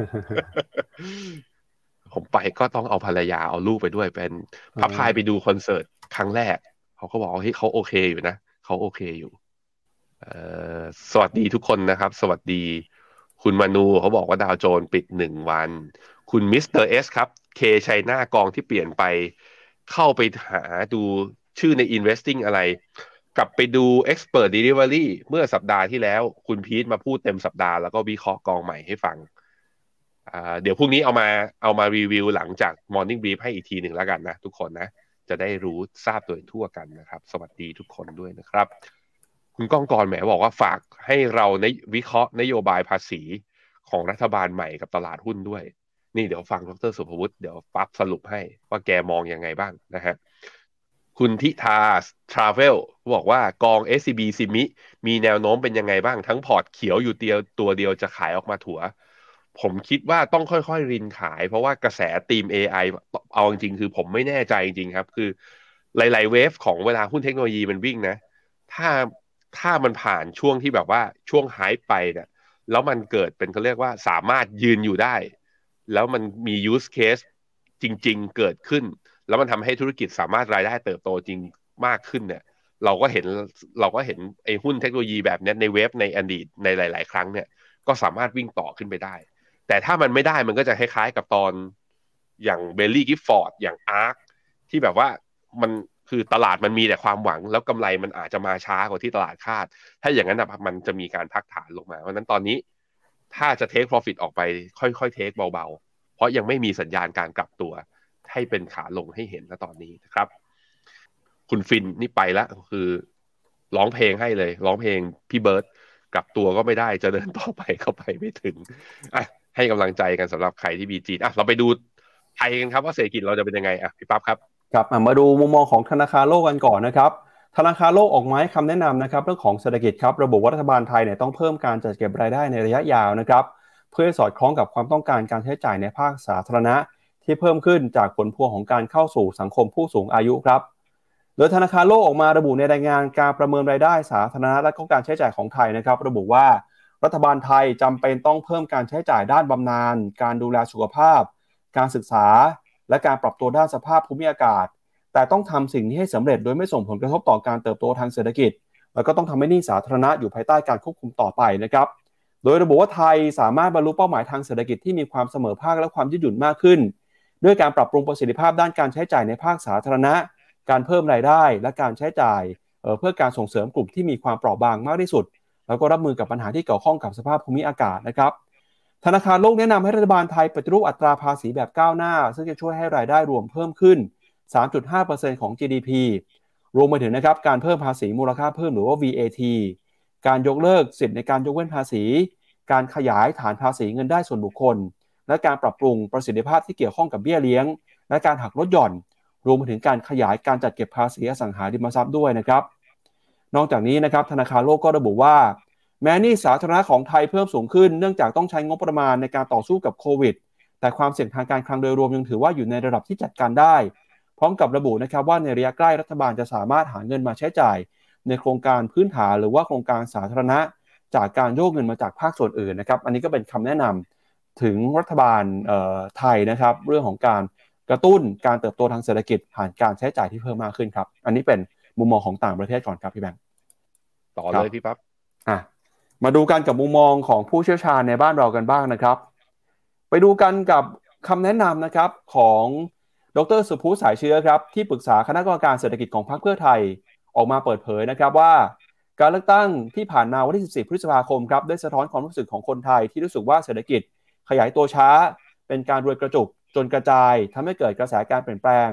ผมไปก็ต้องเอาภรรยาเอาลูกไปด้วยเป็นอ่พาพายไปาดูคอนเสิร์ตครั้งแรกเขาก็บอกว่าเฮ้ยเขาโอเคอยู่นะเขาโอเคอยู่ เอ่สวัสดีทุกคนนะครับสวัสดีคุณมานูเขาบอกว่าดาวโจนส์ปิด1 วันคุณมิสเตอร์เอสครับเคชัยนากองที่เปลี่ยนไปเข้าไปหาดูชื่อใน Investing อะไรกลับไปดู Expert Delivery เมื่อสัปดาห์ที่แล้วคุณพีทมาพูดเต็มสัปดาห์แล้วก็วิเคราะห์กองใหม่ให้ฟังเดี๋ยวพรุ่งนี้เอามารีวิวหลังจาก Morning Brief ให้อีกทีหนึ่งแล้วกันนะทุกคนนะจะได้รู้ทราบโดยทั่วกันนะครับสวัสดีทุกคนด้วยนะครับ คุณก้องกรณ์แหมบอกว่าฝากให้เราในวิเคราะห์นโยบายภาษีของรัฐบาลใหม่กับตลาดหุ้นด้วยนี่เดี๋ยวฟังดรสุภวุฒิเดี๋ยวปั๊บสรุปให้ว่าแกมองยังไงบ้างนะฮะคุณทิทาทราเวลบอกว่ากอง SCB ซิมิมีแนวโน้มเป็นยังไงบ้างทั้งพอร์ตเขียวอยู่ตัวเดียวจะขายออกมาถัวผมคิดว่าต้องค่อยๆรินขายเพราะว่ากระแสธีม AI เอาจริงๆคือผมไม่แน่ใจจริงๆครับคือหลายๆเวฟของเวลาหุ้นเทคโนโลยีมันวิ่งนะ ถ้าถ้ามันผ่านช่วงที่แบบว่าช่วงไฮป์ไปเนี่ยแล้วมันเกิดเป็นเขาเรียกว่าสามารถยืนอยู่ได้แล้วมันมี use case จริงๆเกิดขึ้นแล้วมันทำให้ธุรกิจสามารถรายได้เติบโตจริงมากขึ้นเนี่ยเราก็เห็นเราก็เห็นไอ้หุ้นเทคโนโลยีแบบนี้ในเว็บในอดีตในหลายๆครั้งเนี่ยก็สามารถวิ่งต่อขึ้นไปได้แต่ถ้ามันไม่ได้มันก็จะคล้ายๆกับตอนอย่างเบลลี่กิฟฟอร์ดอย่างอาร์คที่แบบว่ามันคือตลาดมันมีแต่ความหวังแล้วกำไรมันอาจจะมาช้ากว่าที่ตลาดคาดถ้าอย่างนั้นนะมันจะมีการพักฐานลงมาเพราะนั้นตอนนี้ถ้าจะเทค profit ออกไปค่อยๆเทคเบาๆเพราะยังไม่มีสัญญาณการกลับตัวให้เป็นขาลงให้เห็นณตอนนี้นะครับคุณฟินนี่ไปแล้วคือร้องเพลงให้เลยร้องเพลงพี่เบิร์ดกลับตัวก็ไม่ได้จะเดินต่อไปก็ไปไม่ถึงอ่ะให้กำลังใจกันสำหรับใครที่มีจีนอ่ะเราไปดูไทยกันครับว่าเศรษฐกิจเราจะเป็นยังไงอ่ะพี่ปั๊บครับครับมาดูมุมมองของธนาคารโลกกันก่อนนะครับธนาคารโลกออกมาให้คำแนะนำนะครับเรื่องของเศรษฐกิจครับระบุว่ารัฐบาลไทยเนี่ยต้องเพิ่มการจัดเก็บรายได้ในระยะยาวนะครับเพื่อสอดคล้องกับความต้องการการใช้จ่ายในภาคสาธารณะที่เพิ่มขึ้นจากผลพวงของการเข้าสู่สังคมผู้สูงอายุครับโดยธนาคารโลกออกมาระบุในรายงานการประเมินรายได้สาธารณะและก็การใช้จ่ายของไทยนะครับระบุว่ารัฐบาลไทยจำเป็นต้องเพิ่มการใช้จ่ายด้านบำนาญการดูแลสุขภาพการศึกษาและการปรับตัวด้านสภาพภูมิอากาศ แต่ต้องทำสิ่งนี้ให้สำเร็จโดยไม่ส่งผลกระทบต่อการเติบโตทางเศรษฐกิจแล้วก็ต้องทำให้หนี้สาธารณะอยู่ภายใต้การควบคุมต่อไปนะครับโดยระบุว่าไทยสามารถบรรลุเป้าหมายทางเศรษฐกิจที่มีความเสมอภาคและความยืดหยุ่นมากขึ้นด้วยการปรับปรุงประสิทธิภาพด้านการใช้จ่ายในภาคสาธารณะการเพิ่มรายได้และการใช้จ่ายเพื่อการส่งเสริมกลุ่มที่มีความเปราะบางมากที่สุดแล้วก็รับมือกับปัญหาที่เกี่ยวข้องกับสภาพภูมิอากาศนะครับธนาคารโลกแนะนำให้รัฐบาลไทยปฏิรูปอัตราภาษีแบบก้าวหน้าซึ่งจะช่วยให้รายได้รวมเพิ่มขึ้น3.5% ของ GDP รวมไปถึงนะครับการเพิ่มภาษีมูลค่าเพิ่มหรือว่า VAT การยกเลิกสิทธิในการยกเว้นภาษีการขยายฐานภาษีเงินได้ส่วนบุคคลและการปรับปรุงประสิทธิภาพที่เกี่ยวข้องกับเบี้ยเลี้ยงและการหักลดหย่อนรวมไปถึงการขยายการจัดเก็บภาษีอสังหาริมทรัพย์ด้วยนะครับนอกจากนี้นะครับธนาคารโลกก็ระบุว่าแม้หนี้สาธารณะของไทยเพิ่มสูงขึ้นเนื่องจากต้องใช้งบประมาณในการต่อสู้กับโควิดแต่ความเสี่ยงทางการคลังโดยรวมยังถือว่าอยู่ในระดับที่จัดการได้พร้อมกับระบุนะครับว่าในระยะใกล้รัฐบาลจะสามารถหาเงินมาใช้จ่ายในโครงการพื้นฐานหรือว่าโครงการสาธารณะจากการโยกเงินมาจากภาคส่วนอื่นนะครับอันนี้ก็เป็นคำแนะนำถึงรัฐบาลไทยนะครับเรื่องของการกระตุ้นการเติบโตทางเศรษฐกิจผ่านการใช้จ่ายที่เพิ่มมากขึ้นครับอันนี้เป็นมุมมองของต่างประเทศก่อนครับพี่แบงค์ต่อครับเลยพี่ปั๊บอ่ะมาดูกันกับมุมมองของผู้เชี่ยวชาญในบ้านเรากันบ้างนะครับไปดูกันกับคำแนะนำนะครับของดรสุภูสายเชื้อครับที่ปรึกษาคณะกรรมการเศรษฐกิจของพรรคเพื่อไทยออกมาเปิดเผยนะครับว่าการเลือกตั้งที่ผ่านมาวันที่14พฤษภาคมครับได้สะท้อนความรู้สึกของคนไทยที่รู้สึกว่าเศรษฐกิจขยายตัวช้าเป็นการรวยกระจุกจนกระจายทำให้เกิดกระแสการเปลี่ยนแปลง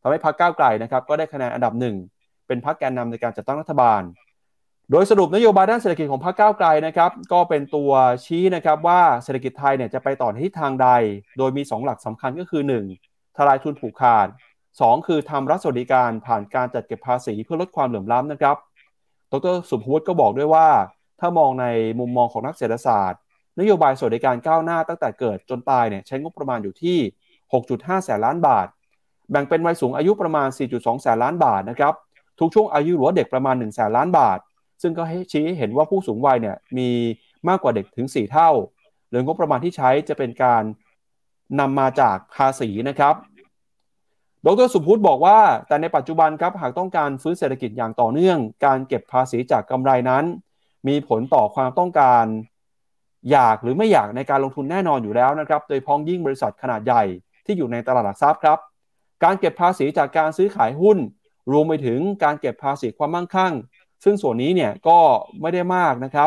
ทำให้พรรคก้าวไกลนะครับก็ได้คะแนนอันดับหนึ่งเป็นพรรคแกนนำในการจัดตั้งรัฐบาลโดยสรุปนโยบายด้านเศรษฐกิจของพรรคก้าวไกลนะครับก็เป็นตัวชี้นะครับว่าเศรษฐกิจไทยเนี่ยจะไปต่อในทิศทางใดโดยมี2หลักสำคัญก็คือ1ทลายทุนผูกขาด2คือทำรัฐสวัสดิการผ่านการจัดเก็บภาษีเพื่อลดความเหลื่อมล้ำนะครับดร.สุภวุฒิก็บอกด้วยว่าถ้ามองในมุมมองของนักเศรษฐศาสตร์นโยบายสวัสดิการก้าวหน้าตั้งแต่เกิดจนตายเนี่ยใช้งบประมาณอยู่ที่ 6.5 แสนล้านบาทแบ่งเป็นวัยสูงอายุประมาณ 4.2 แสนล้านบาทนะครับทุกช่วงอายุหรือว่าเด็กประมาณ 1 แสนล้านบาทซึ่งก็ให้ชี้ให้เห็นว่าผู้สูงวัยเนี่ยมีมากกว่าเด็กถึง4เท่าโดยงบประมาณที่ใช้จะเป็นการนำมาจากภาษีนะครับดร.สุพุทธบอกว่าแต่ในปัจจุบันครับหากต้องการฟื้นเศรษฐกิจอย่างต่อเนื่องการเก็บภาษีจากกำไรนั้นมีผลต่อความต้องการอยากหรือไม่อยากในการลงทุนแน่นอนอยู่แล้วนะครับโดยพ้องยิ่งบริษัทขนาดใหญ่ที่อยู่ในตลาดหลักทรัพย์ครับการเก็บภาษีจากการซื้อขายหุ้นรวมไปถึงการเก็บภาษีความมั่งคั่งซึ่งส่วนนี้เนี่ยก็ไม่ได้มากนะครับ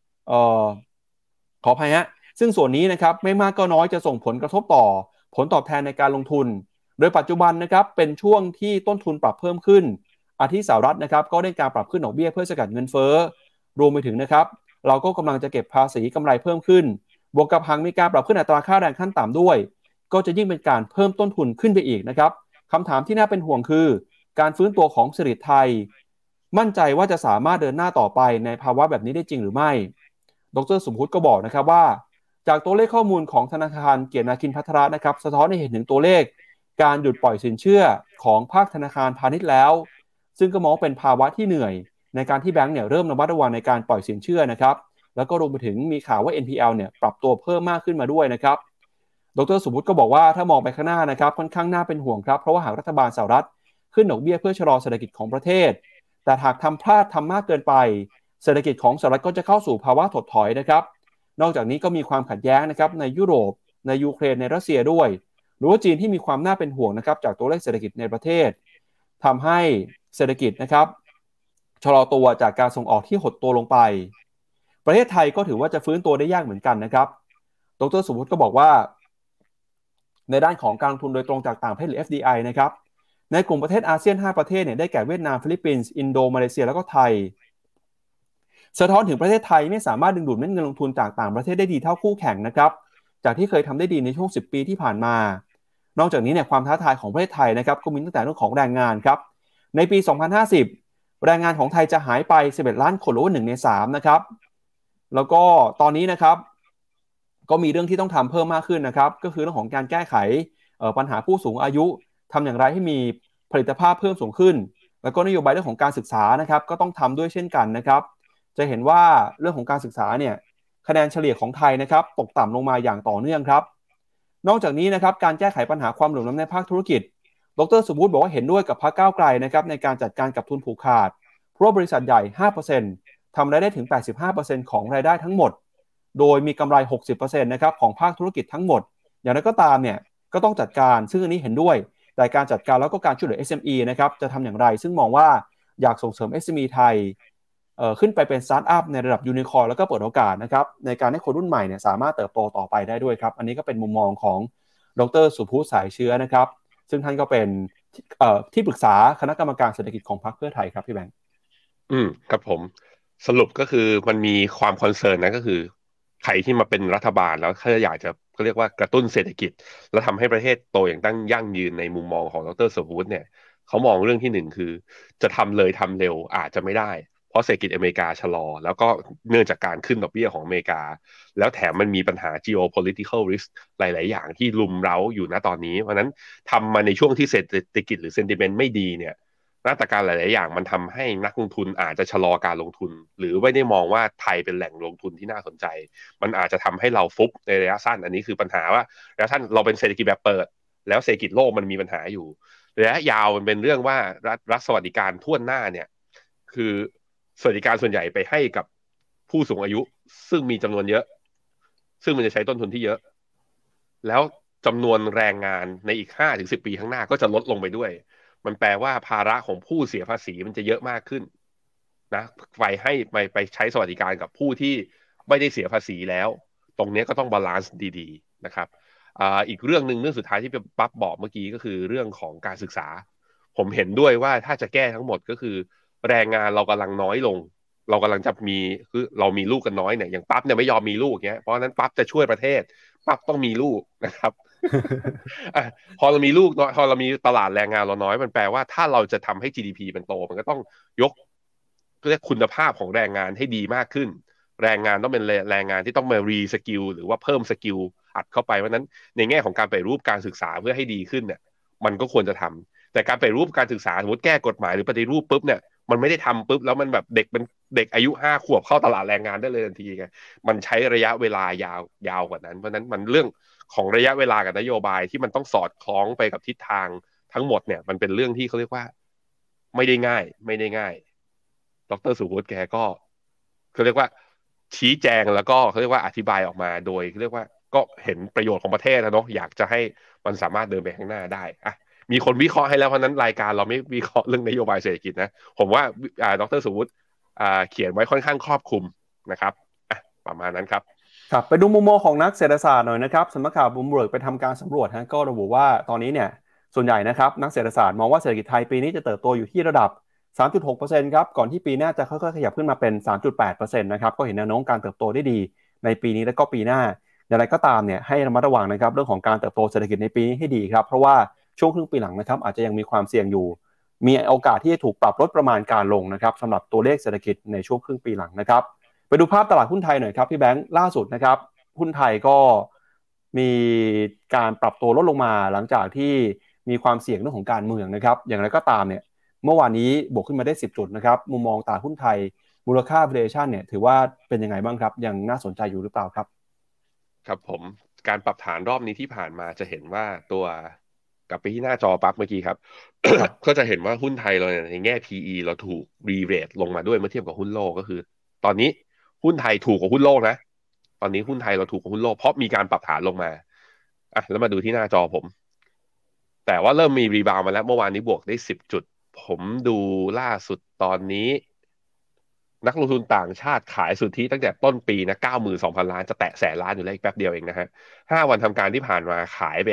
ขออภัยฮะซึ่งส่วนนี้นะครับไม่มากก็น้อยจะส่งผลกระทบต่อผลตอบแทนในการลงทุนโดยปัจจุบันนะครับเป็นช่วงที่ต้นทุนปรับเพิ่มขึ้นอาทิสหรัฐนะครับก็ได้การปรับขึ้นดอกเบี้ยเพื่อสกัดเงินเฟ้อรวมไปถึงนะครับเราก็กำลังจะเก็บภาษีกำไรเพิ่มขึ้นบวกกับหากมีการปรับขึ้นอัตราค่าแรงขั้นต่ำด้วยก็จะยิ่งเป็นการเพิ่มต้นทุนขึ้นไปอีกนะครับคำถามที่น่าเป็นห่วงคือการฟื้นตัวของเศรษฐกิจไทยมั่นใจว่าจะสามารถเดินหน้าต่อไปในภาวะแบบนี้ได้จริงหรือไม่ดร.สมพุทธก็บอกนะครับว่าจากตัวเลขข้อมูลของธนาคารเกียรตินาคินภัทรนะครับสะท้อนให้เห็นถึงตัวเลขการหยุดปล่อยสินเชื่อของภาคธนาคารพาณิชย์แล้วซึ่งก็มองเป็นภาวะที่เหนื่อยในการที่แบงก์เนี่ยเริ่มระมัดระวังในการปล่อยสินเชื่อนะครับแล้วก็รวมไปถึงมีข่าวว่า NPL เนี่ยปรับตัวเพิ่มมากขึ้นมาด้วยนะครับดร.สมพุทธก็บอกว่าถ้ามองไปข้างหน้านะครับค่อนข้างน่าเป็นห่วงครับเพราะว่าหากรัฐบาลสหรัฐขึ้นดอกเบี้ยเพื่อชะลอเศรษฐกิจของประเทศแต่หากทำพลาดทำมากเกินไปเศรษฐกิจของสหรัฐก็จะเข้าสู่ภาวะถดถอยนะครับนอกจากนี้ก็มีความขัดแย้งนะครับในยุโรปในยูเครนในรัสเซียด้วยหรือว่าจีนที่มีความน่าเป็นห่วงนะครับจากตัวเลขเศรษฐกิจในประเทศทำให้เศรษฐกิจนะครับชะลอตัวจากการส่งออกที่หดตัวลงไปประเทศไทยก็ถือว่าจะฟื้นตัวได้ยากเหมือนกันนะครับดร.สุพุทธก็บอกว่าในด้านของการลงทุนโดยตรงจากต่างประเทศหรือ FDI นะครับในกลุ่มประเทศอาเซียน5ประเทศเนี่ยได้แก่เวียดนามฟิลิปปินส์อินโดมาเลเซียแล้วก็ไทยสะท้อนถึงประเทศไทยไม่สามารถดึงดูดเม็ดเงินลงทุนจากต่างประเทศได้ดีเท่าคู่แข่งนะครับจากที่เคยทำได้ดีในช่วง10 ปีที่ผ่านมานอกจากนี้เนี่ยความท้าทายของประเทศไทยนะครับก็มีตั้งแต่เรื่องของแรงงานครับในปี 2050 แรงงานของไทยจะหายไป11ล้านคนหรือว่า1ใน3นะครับแล้วก็ตอนนี้นะครับก็มีเรื่องที่ต้องทำเพิ่มมากขึ้นนะครับก็คือเรื่องของการแก้ไขปัญหาผู้สูงอายุทำอย่างไรให้มีผลิตภาพเพิ่มสูงขึ้นแล้วก็นโยบายเรื่องของการศึกษานะครับก็ต้องทำด้วยเช่นกันนะครับจะเห็นว่าเรื่องของการศึกษาเนี่ยคะแนนเฉลี่ยของไทยนะครับตกต่ำลงมาอย่างต่อเนื่องครับนอกจากนี้นะครับการแก้ไขปัญหาความเหลื่อมล้ำในภาคธุรกิจดร.สมบูรณ์บอกว่าเห็นด้วยกับพรรคก้าวไกลนะครับในการจัดการกับทุนผูกขาดเพราะบริษัทใหญ่ 5% ทำรายได้ถึง 85% ของรายได้ทั้งหมดโดยมีกำไร 60% นะครับของภาคธุรกิจทั้งหมดอย่างไรก็ตามเนี่ยก็ต้องจัดการซึ่งอันนี้เห็นด้วยแต่การจัดการแล้วก็การช่วยเหลือ SME นะครับจะทำอย่างไรซึ่งมองว่าอยากส่งเสริม SME ไทยขึ้นไปเป็นสตาร์ทอัพในระดับยูนิคอร์แล้วก็เปิดโอกาสนะครับในการให้คนรุ่นใหม่เนี่ยสามารถเติบโตต่อไปได้ด้วยครับอันนี้ก็เป็นมุมมองของดร.สุพุทธสายเชื้อนะครับซึ่งท่านก็เป็นที่ปรึกษาคณะกรรมการเศรษฐกิจของพรรคเพื่อไทยครับพี่แบงค์ครับผมสรุปก็คือมันมีความคอนเซิร์นนะก็คือใครที่มาเป็นรัฐบาลแล้วเขาอยากจะก็เรียกว่ากระตุ้นเศรษฐกิจแล้วทำให้ประเทศโตอย่างตั้งยั่งยืนในมุมมองของดร.สุพุทธเนี่ยเขามองเรื่องที่หนึ่งคือจะทำเลยทำเร็วอาจจะไม่ได้เพราะเศรษฐกิจอเมริกาชะลอแล้วก็เนื่องจากการขึ้นดอกเบี้ยของอเมริกาแล้วแถมมันมีปัญหา geopolitical risk หลายๆอย่างที่รุมเร้าอยู่ณตอนนี้เพราะนั้นทำมาในช่วงที่เศรษฐกิจหรือ sentiment ไม่ดีเนี่ยมาตรการหลายๆอย่างมันทำให้นักลงทุนอาจจะชะลอการลงทุนหรือไม่ได้มองว่าไทยเป็นแหล่งลงทุนที่น่าสนใจมันอาจจะทำให้เราฟุบในระยะสั้นอันนี้คือปัญหาว่าระยะสั้นเราเป็นเศรษฐกิจแบบเปิดแล้วเศรษฐกิจโลกมันมีปัญหาอยู่ระยะยาวมันเป็นเรื่องว่ารัฐสวัสดิการทั่วหน้าเนี่ยคือสวัสดิการส่วนใหญ่ไปให้กับผู้สูงอายุซึ่งมีจำนวนเยอะซึ่งมันจะใช้ต้นทุนที่เยอะแล้วจำนวนแรงงานในอีก5-10 ปีข้างหน้าก็จะลดลงไปด้วยมันแปลว่าภาระของผู้เสียภาษีมันจะเยอะมากขึ้นนะไปใช้สวัสดิการกับผู้ที่ไม่ได้เสียภาษีแล้วตรงนี้ก็ต้องบาลานซ์ดีๆนะครับอีกเรื่องหนึ่งเรื่องสุดท้ายที่ปั๊บบอกเมื่อกี้ก็คือเรื่องของการศึกษาผมเห็นด้วยว่าถ้าจะแก้ทั้งหมดก็คือแรงงานเรากำลังน้อยลงเรากำลังจะมีคือเรามีลูกกันน้อยเนี่ยอย่างปั๊บเนี่ยไม่ยอมมีลูกเงี้ยเพราะฉะนั้นปั๊บจะช่วยประเทศปั๊บต้องมีลูกนะครับ พอเรามีลูกน้อยพอเรามีตลาดแรงงานเราน้อยมันแปลว่าถ้าเราจะทำให้ GDP มันโตมันก็ต้องยกเรียกคุณภาพของแรงงานให้ดีมากขึ้นแรงงานต้องเป็นแรงงานที่ต้องมารีสกิลหรือว่าเพิ่มสกิลอัดเข้าไปเพราะนั้นในแง่ของการปฏิรูปการศึกษาเพื่อให้ดีขึ้นเนี่ยมันก็ควรจะทำแต่การปฏิรูปการศึกษาสมมติแก้กฎหมายหรือปฏิรูปปุ๊บเนี่ยมันไม่ได้ทำปุ๊บแล้วมันแบบเด็กเป็นเด็กอายุ5 ขวบเข้าตลาดแรงงานได้เลยทันทีไงมันใช้ระยะเวลายาวกว่านั้นเพราะนั้นมันเรื่องของระยะเวลากับนโยบายที่มันต้องสอดคล้องไปกับทิศทางทั้งหมดเนี่ยมันเป็นเรื่องที่เขาเรียกว่าไม่ได้ง่ายดร.สุพจน์แกก็เขาเรียกว่าชี้แจงแล้วก็เขาเรียกว่าอธิบายออกมาโดยเขาเรียกว่าก็เห็นประโยชน์ของประเทศนะเนาะอยากจะให้มันสามารถเดินไปข้างหน้าได้อะมีคนวิเคราะห์ให้แล้วเพราะนั้นรายการเราไม่วิเคราะห์เรื่องนโยบายเศรษฐกิจนะผมว่าดร.สุพจน์เขียนไว้ค่อนข้างครอบคลุมนะครับอ่ะประมาณนั้นครับครับไปดูมุมมองของนักเศรษฐศาสตร์หน่อยนะครับสำนักข่าวบลูมเบิร์กไปทำการสำรวจก็ระบุว่าตอนนี้เนี่ยส่วนใหญ่นะครับนักเศรษฐศาสตร์มองว่าเศรษฐกิจไทยปีนี้จะเติบโตอยู่ที่ระดับ 3.6% ครับก่อนที่ปีหน้าจะค่อยๆขยับขึ้นมาเป็น 3.8% นะครับก็เห็นแนวโน้มการเติบโตได้ดีในปีนี้และก็ปีหน้าอย่างไรก็ตามเนี่ยให้ระมัดระวังนะครับเรื่องของการเติบโตเศรษฐกิจในปีนี้ให้ดีครับเพราะว่าช่วงครึ่งปีหลังนะครับอาจจะยังมีความเสี่ยงอยู่มีโอกาสที่จะถูกปรับลดประมาณการลงนะครับสำหรับตัวเลขเศรษฐกิจในช่วงครึ่งปีหลังนะครับไปดูภาพตลาดหุ้นไทยหน่อยครับพี่แบงค์ล่าสุดนะครับหุ้นไทยก็มีการปรับตัวลดลงมาหลังจากที่มีความเสี่ยงเรื่องของการเมืองนะครับอย่างไรก็ตามเนี่ยเมื่อวานนี้บวกขึ้นมาได้10จุดนะครับมุมมองตลาดหุ้นไทยมูลค่า valuation เนี่ยถือว่าเป็นยังไงบ้างครับยังน่าสนใจอยู่หรือเปล่าครับครับผมการปรับฐานรอบนี้ที่ผ่านมาจะเห็นว่าตัวกลับไปที่หน้าจอปั๊บเมื่อกี้ครับ ก็จะเห็นว่าหุ้นไทยเราเนี่ยในแง่ PE เราถูกรีเรทลงมาด้วยเมื่อเทียบกับหุ้นโลกก็คือตอนนี้หุ้นไทยถูกกว่าหุ้นโลกนะตอนนี้หุ้นไทยเราถูกกว่าหุ้นโลกเพราะมีการปรับฐานลงมาอ่ะแล้วมาดูที่หน้าจอผมแต่ว่าเริ่มมีรีบาวมาแล้วเมื่อวานนี้บวกได้10จุดผมดูล่าสุดตอนนี้นักลงทุนต่างชาติขายสุทธิตั้งแต่ต้นปีนะ 92,000 ล้านจะแตะแสนล้านอยู่แล้วอีกแป๊บเดียวเองนะฮะ5 วันทำการที่ผ่านมาขายไป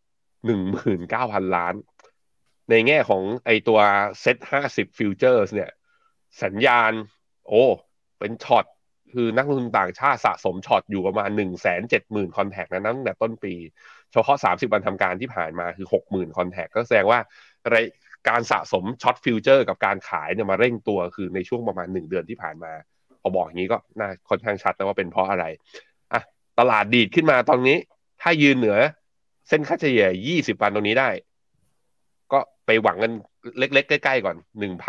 19,000 ล้านในแง่ของไอตัวเซ็ต50ฟิวเจอร์สเนี่ยสัญญาณโอ้เป็นช็อตคือนักลงทุนต่างชาติสะสมช็อตอยู่ประมาณ 170,000 คอนแทคนะตั้งแต่ต้นปีเฉพาะ30 วันทำการที่ผ่านมาคือ 60,000 คอนแทคก็แสดงว่าการสะสมช็อตฟิวเจอร์กับการขายเนี่ยมาเร่งตัวคือในช่วงประมาณ1 เดือนที่ผ่านมาพอบอกอย่างนี้ก็น่าค่อนข้างชัดนะว่าเป็นเพราะอะไรอ่ะตลาดดีดขึ้นมาตอนนี้ถ้ายืนเหนือเส้นค่าเฉลี่ย20 วันตรงนี้ได้ก็ไปหวังกันเล็กๆใกล้ๆก่อน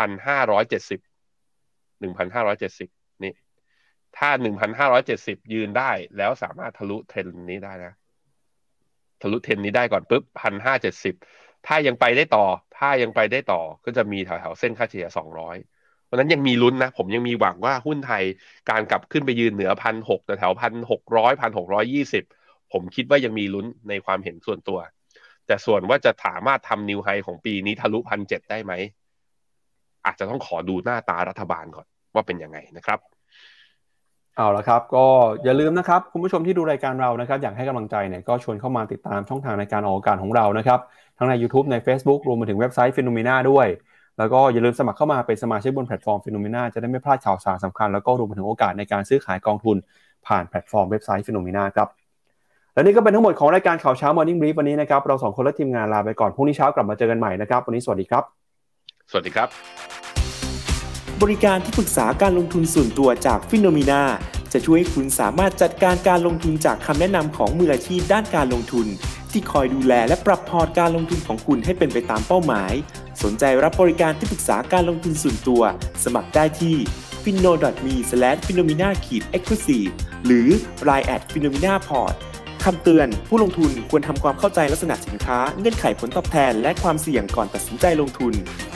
1,570 นี่ถ้า 1,570 ยืนได้แล้วสามารถทะลุเทรนด์นี้ได้นะทะลุเทรนด์นี้ได้ก่อนปุ๊บ 1,570 ถ้ายังไปได้ต่อก็จะมีแถวๆเส้นค่าเฉลี่ย200เพราะนั้นยังมีลุ้นนะผมยังมีหวังว่าหุ้นไทยการกลับขึ้นไปยืนเหนือ 1,600 แถว 1,600 1,620 ผมคิดว่ายังมีลุ้นในความเห็นส่วนตัวแต่ส่วนว่าจะสามารถทำนิวไฮของปีนี้ทะลุ 1,700 ได้ไหมอาจจะต้องขอดูหน้าตารัฐบาลก่อนว่าเป็นยังไงนะครับเอาละครับก็อย่าลืมนะครับคุณผู้ชมที่ดูรายการเรานะครับอยากให้กำลังใจเนี่ยก็ชวนเข้ามาติดตามช่องทางในการออกอากาศของเรานะครับทั้งใน YouTube ใน Facebook รวมไปถึงเว็บไซต์ Phenomena ด้วยแล้วก็อย่าลืมสมัครเข้ามาเป็นสมาชิกบนแพลตฟอร์ม Phenomena จะได้ไม่พลาดข่าวสารสำคัญแล้วก็รวมไปถึงโอกาสในการซื้อขายกองทุนผ่านแพลตฟอร์มเว็บไซต์ Phenomena ครับและนี่ก็เป็นทั้งหมดของรายการข่าวเช้า Morning Brief วันนี้นะครับเรา2คนและทีมงานลาไปก่อนพรุ่งนี้เช้ากลับมาเจอกันใหม่นะครับวันนี้สวัสดีครับสวัสดีครับบริการที่ปรึกษาการลงทุนส่วนตัวจาก Phenomena จะช่วยให้คุณสามารถจัดการการลงทุนจากคำแนะนำของมืออาชีพด้านการลงทุนที่คอยดูแลและปรับพอร์ตการลงทุนของคุณให้เป็นไปตามเป้าหมายสนใจรับบริการที่ปรึกษาการลงทุนส่วนตัวสมัครได้ที่ finno.me/phenomena-exclusive หรือ line@phenomena-port คำเตือนผู้ลงทุนควรทำความเข้าใจลักษณะสินค้าเงื่อนไขผลตอบแทนและความเสี่ยงก่อนตัดสินใจลงทุน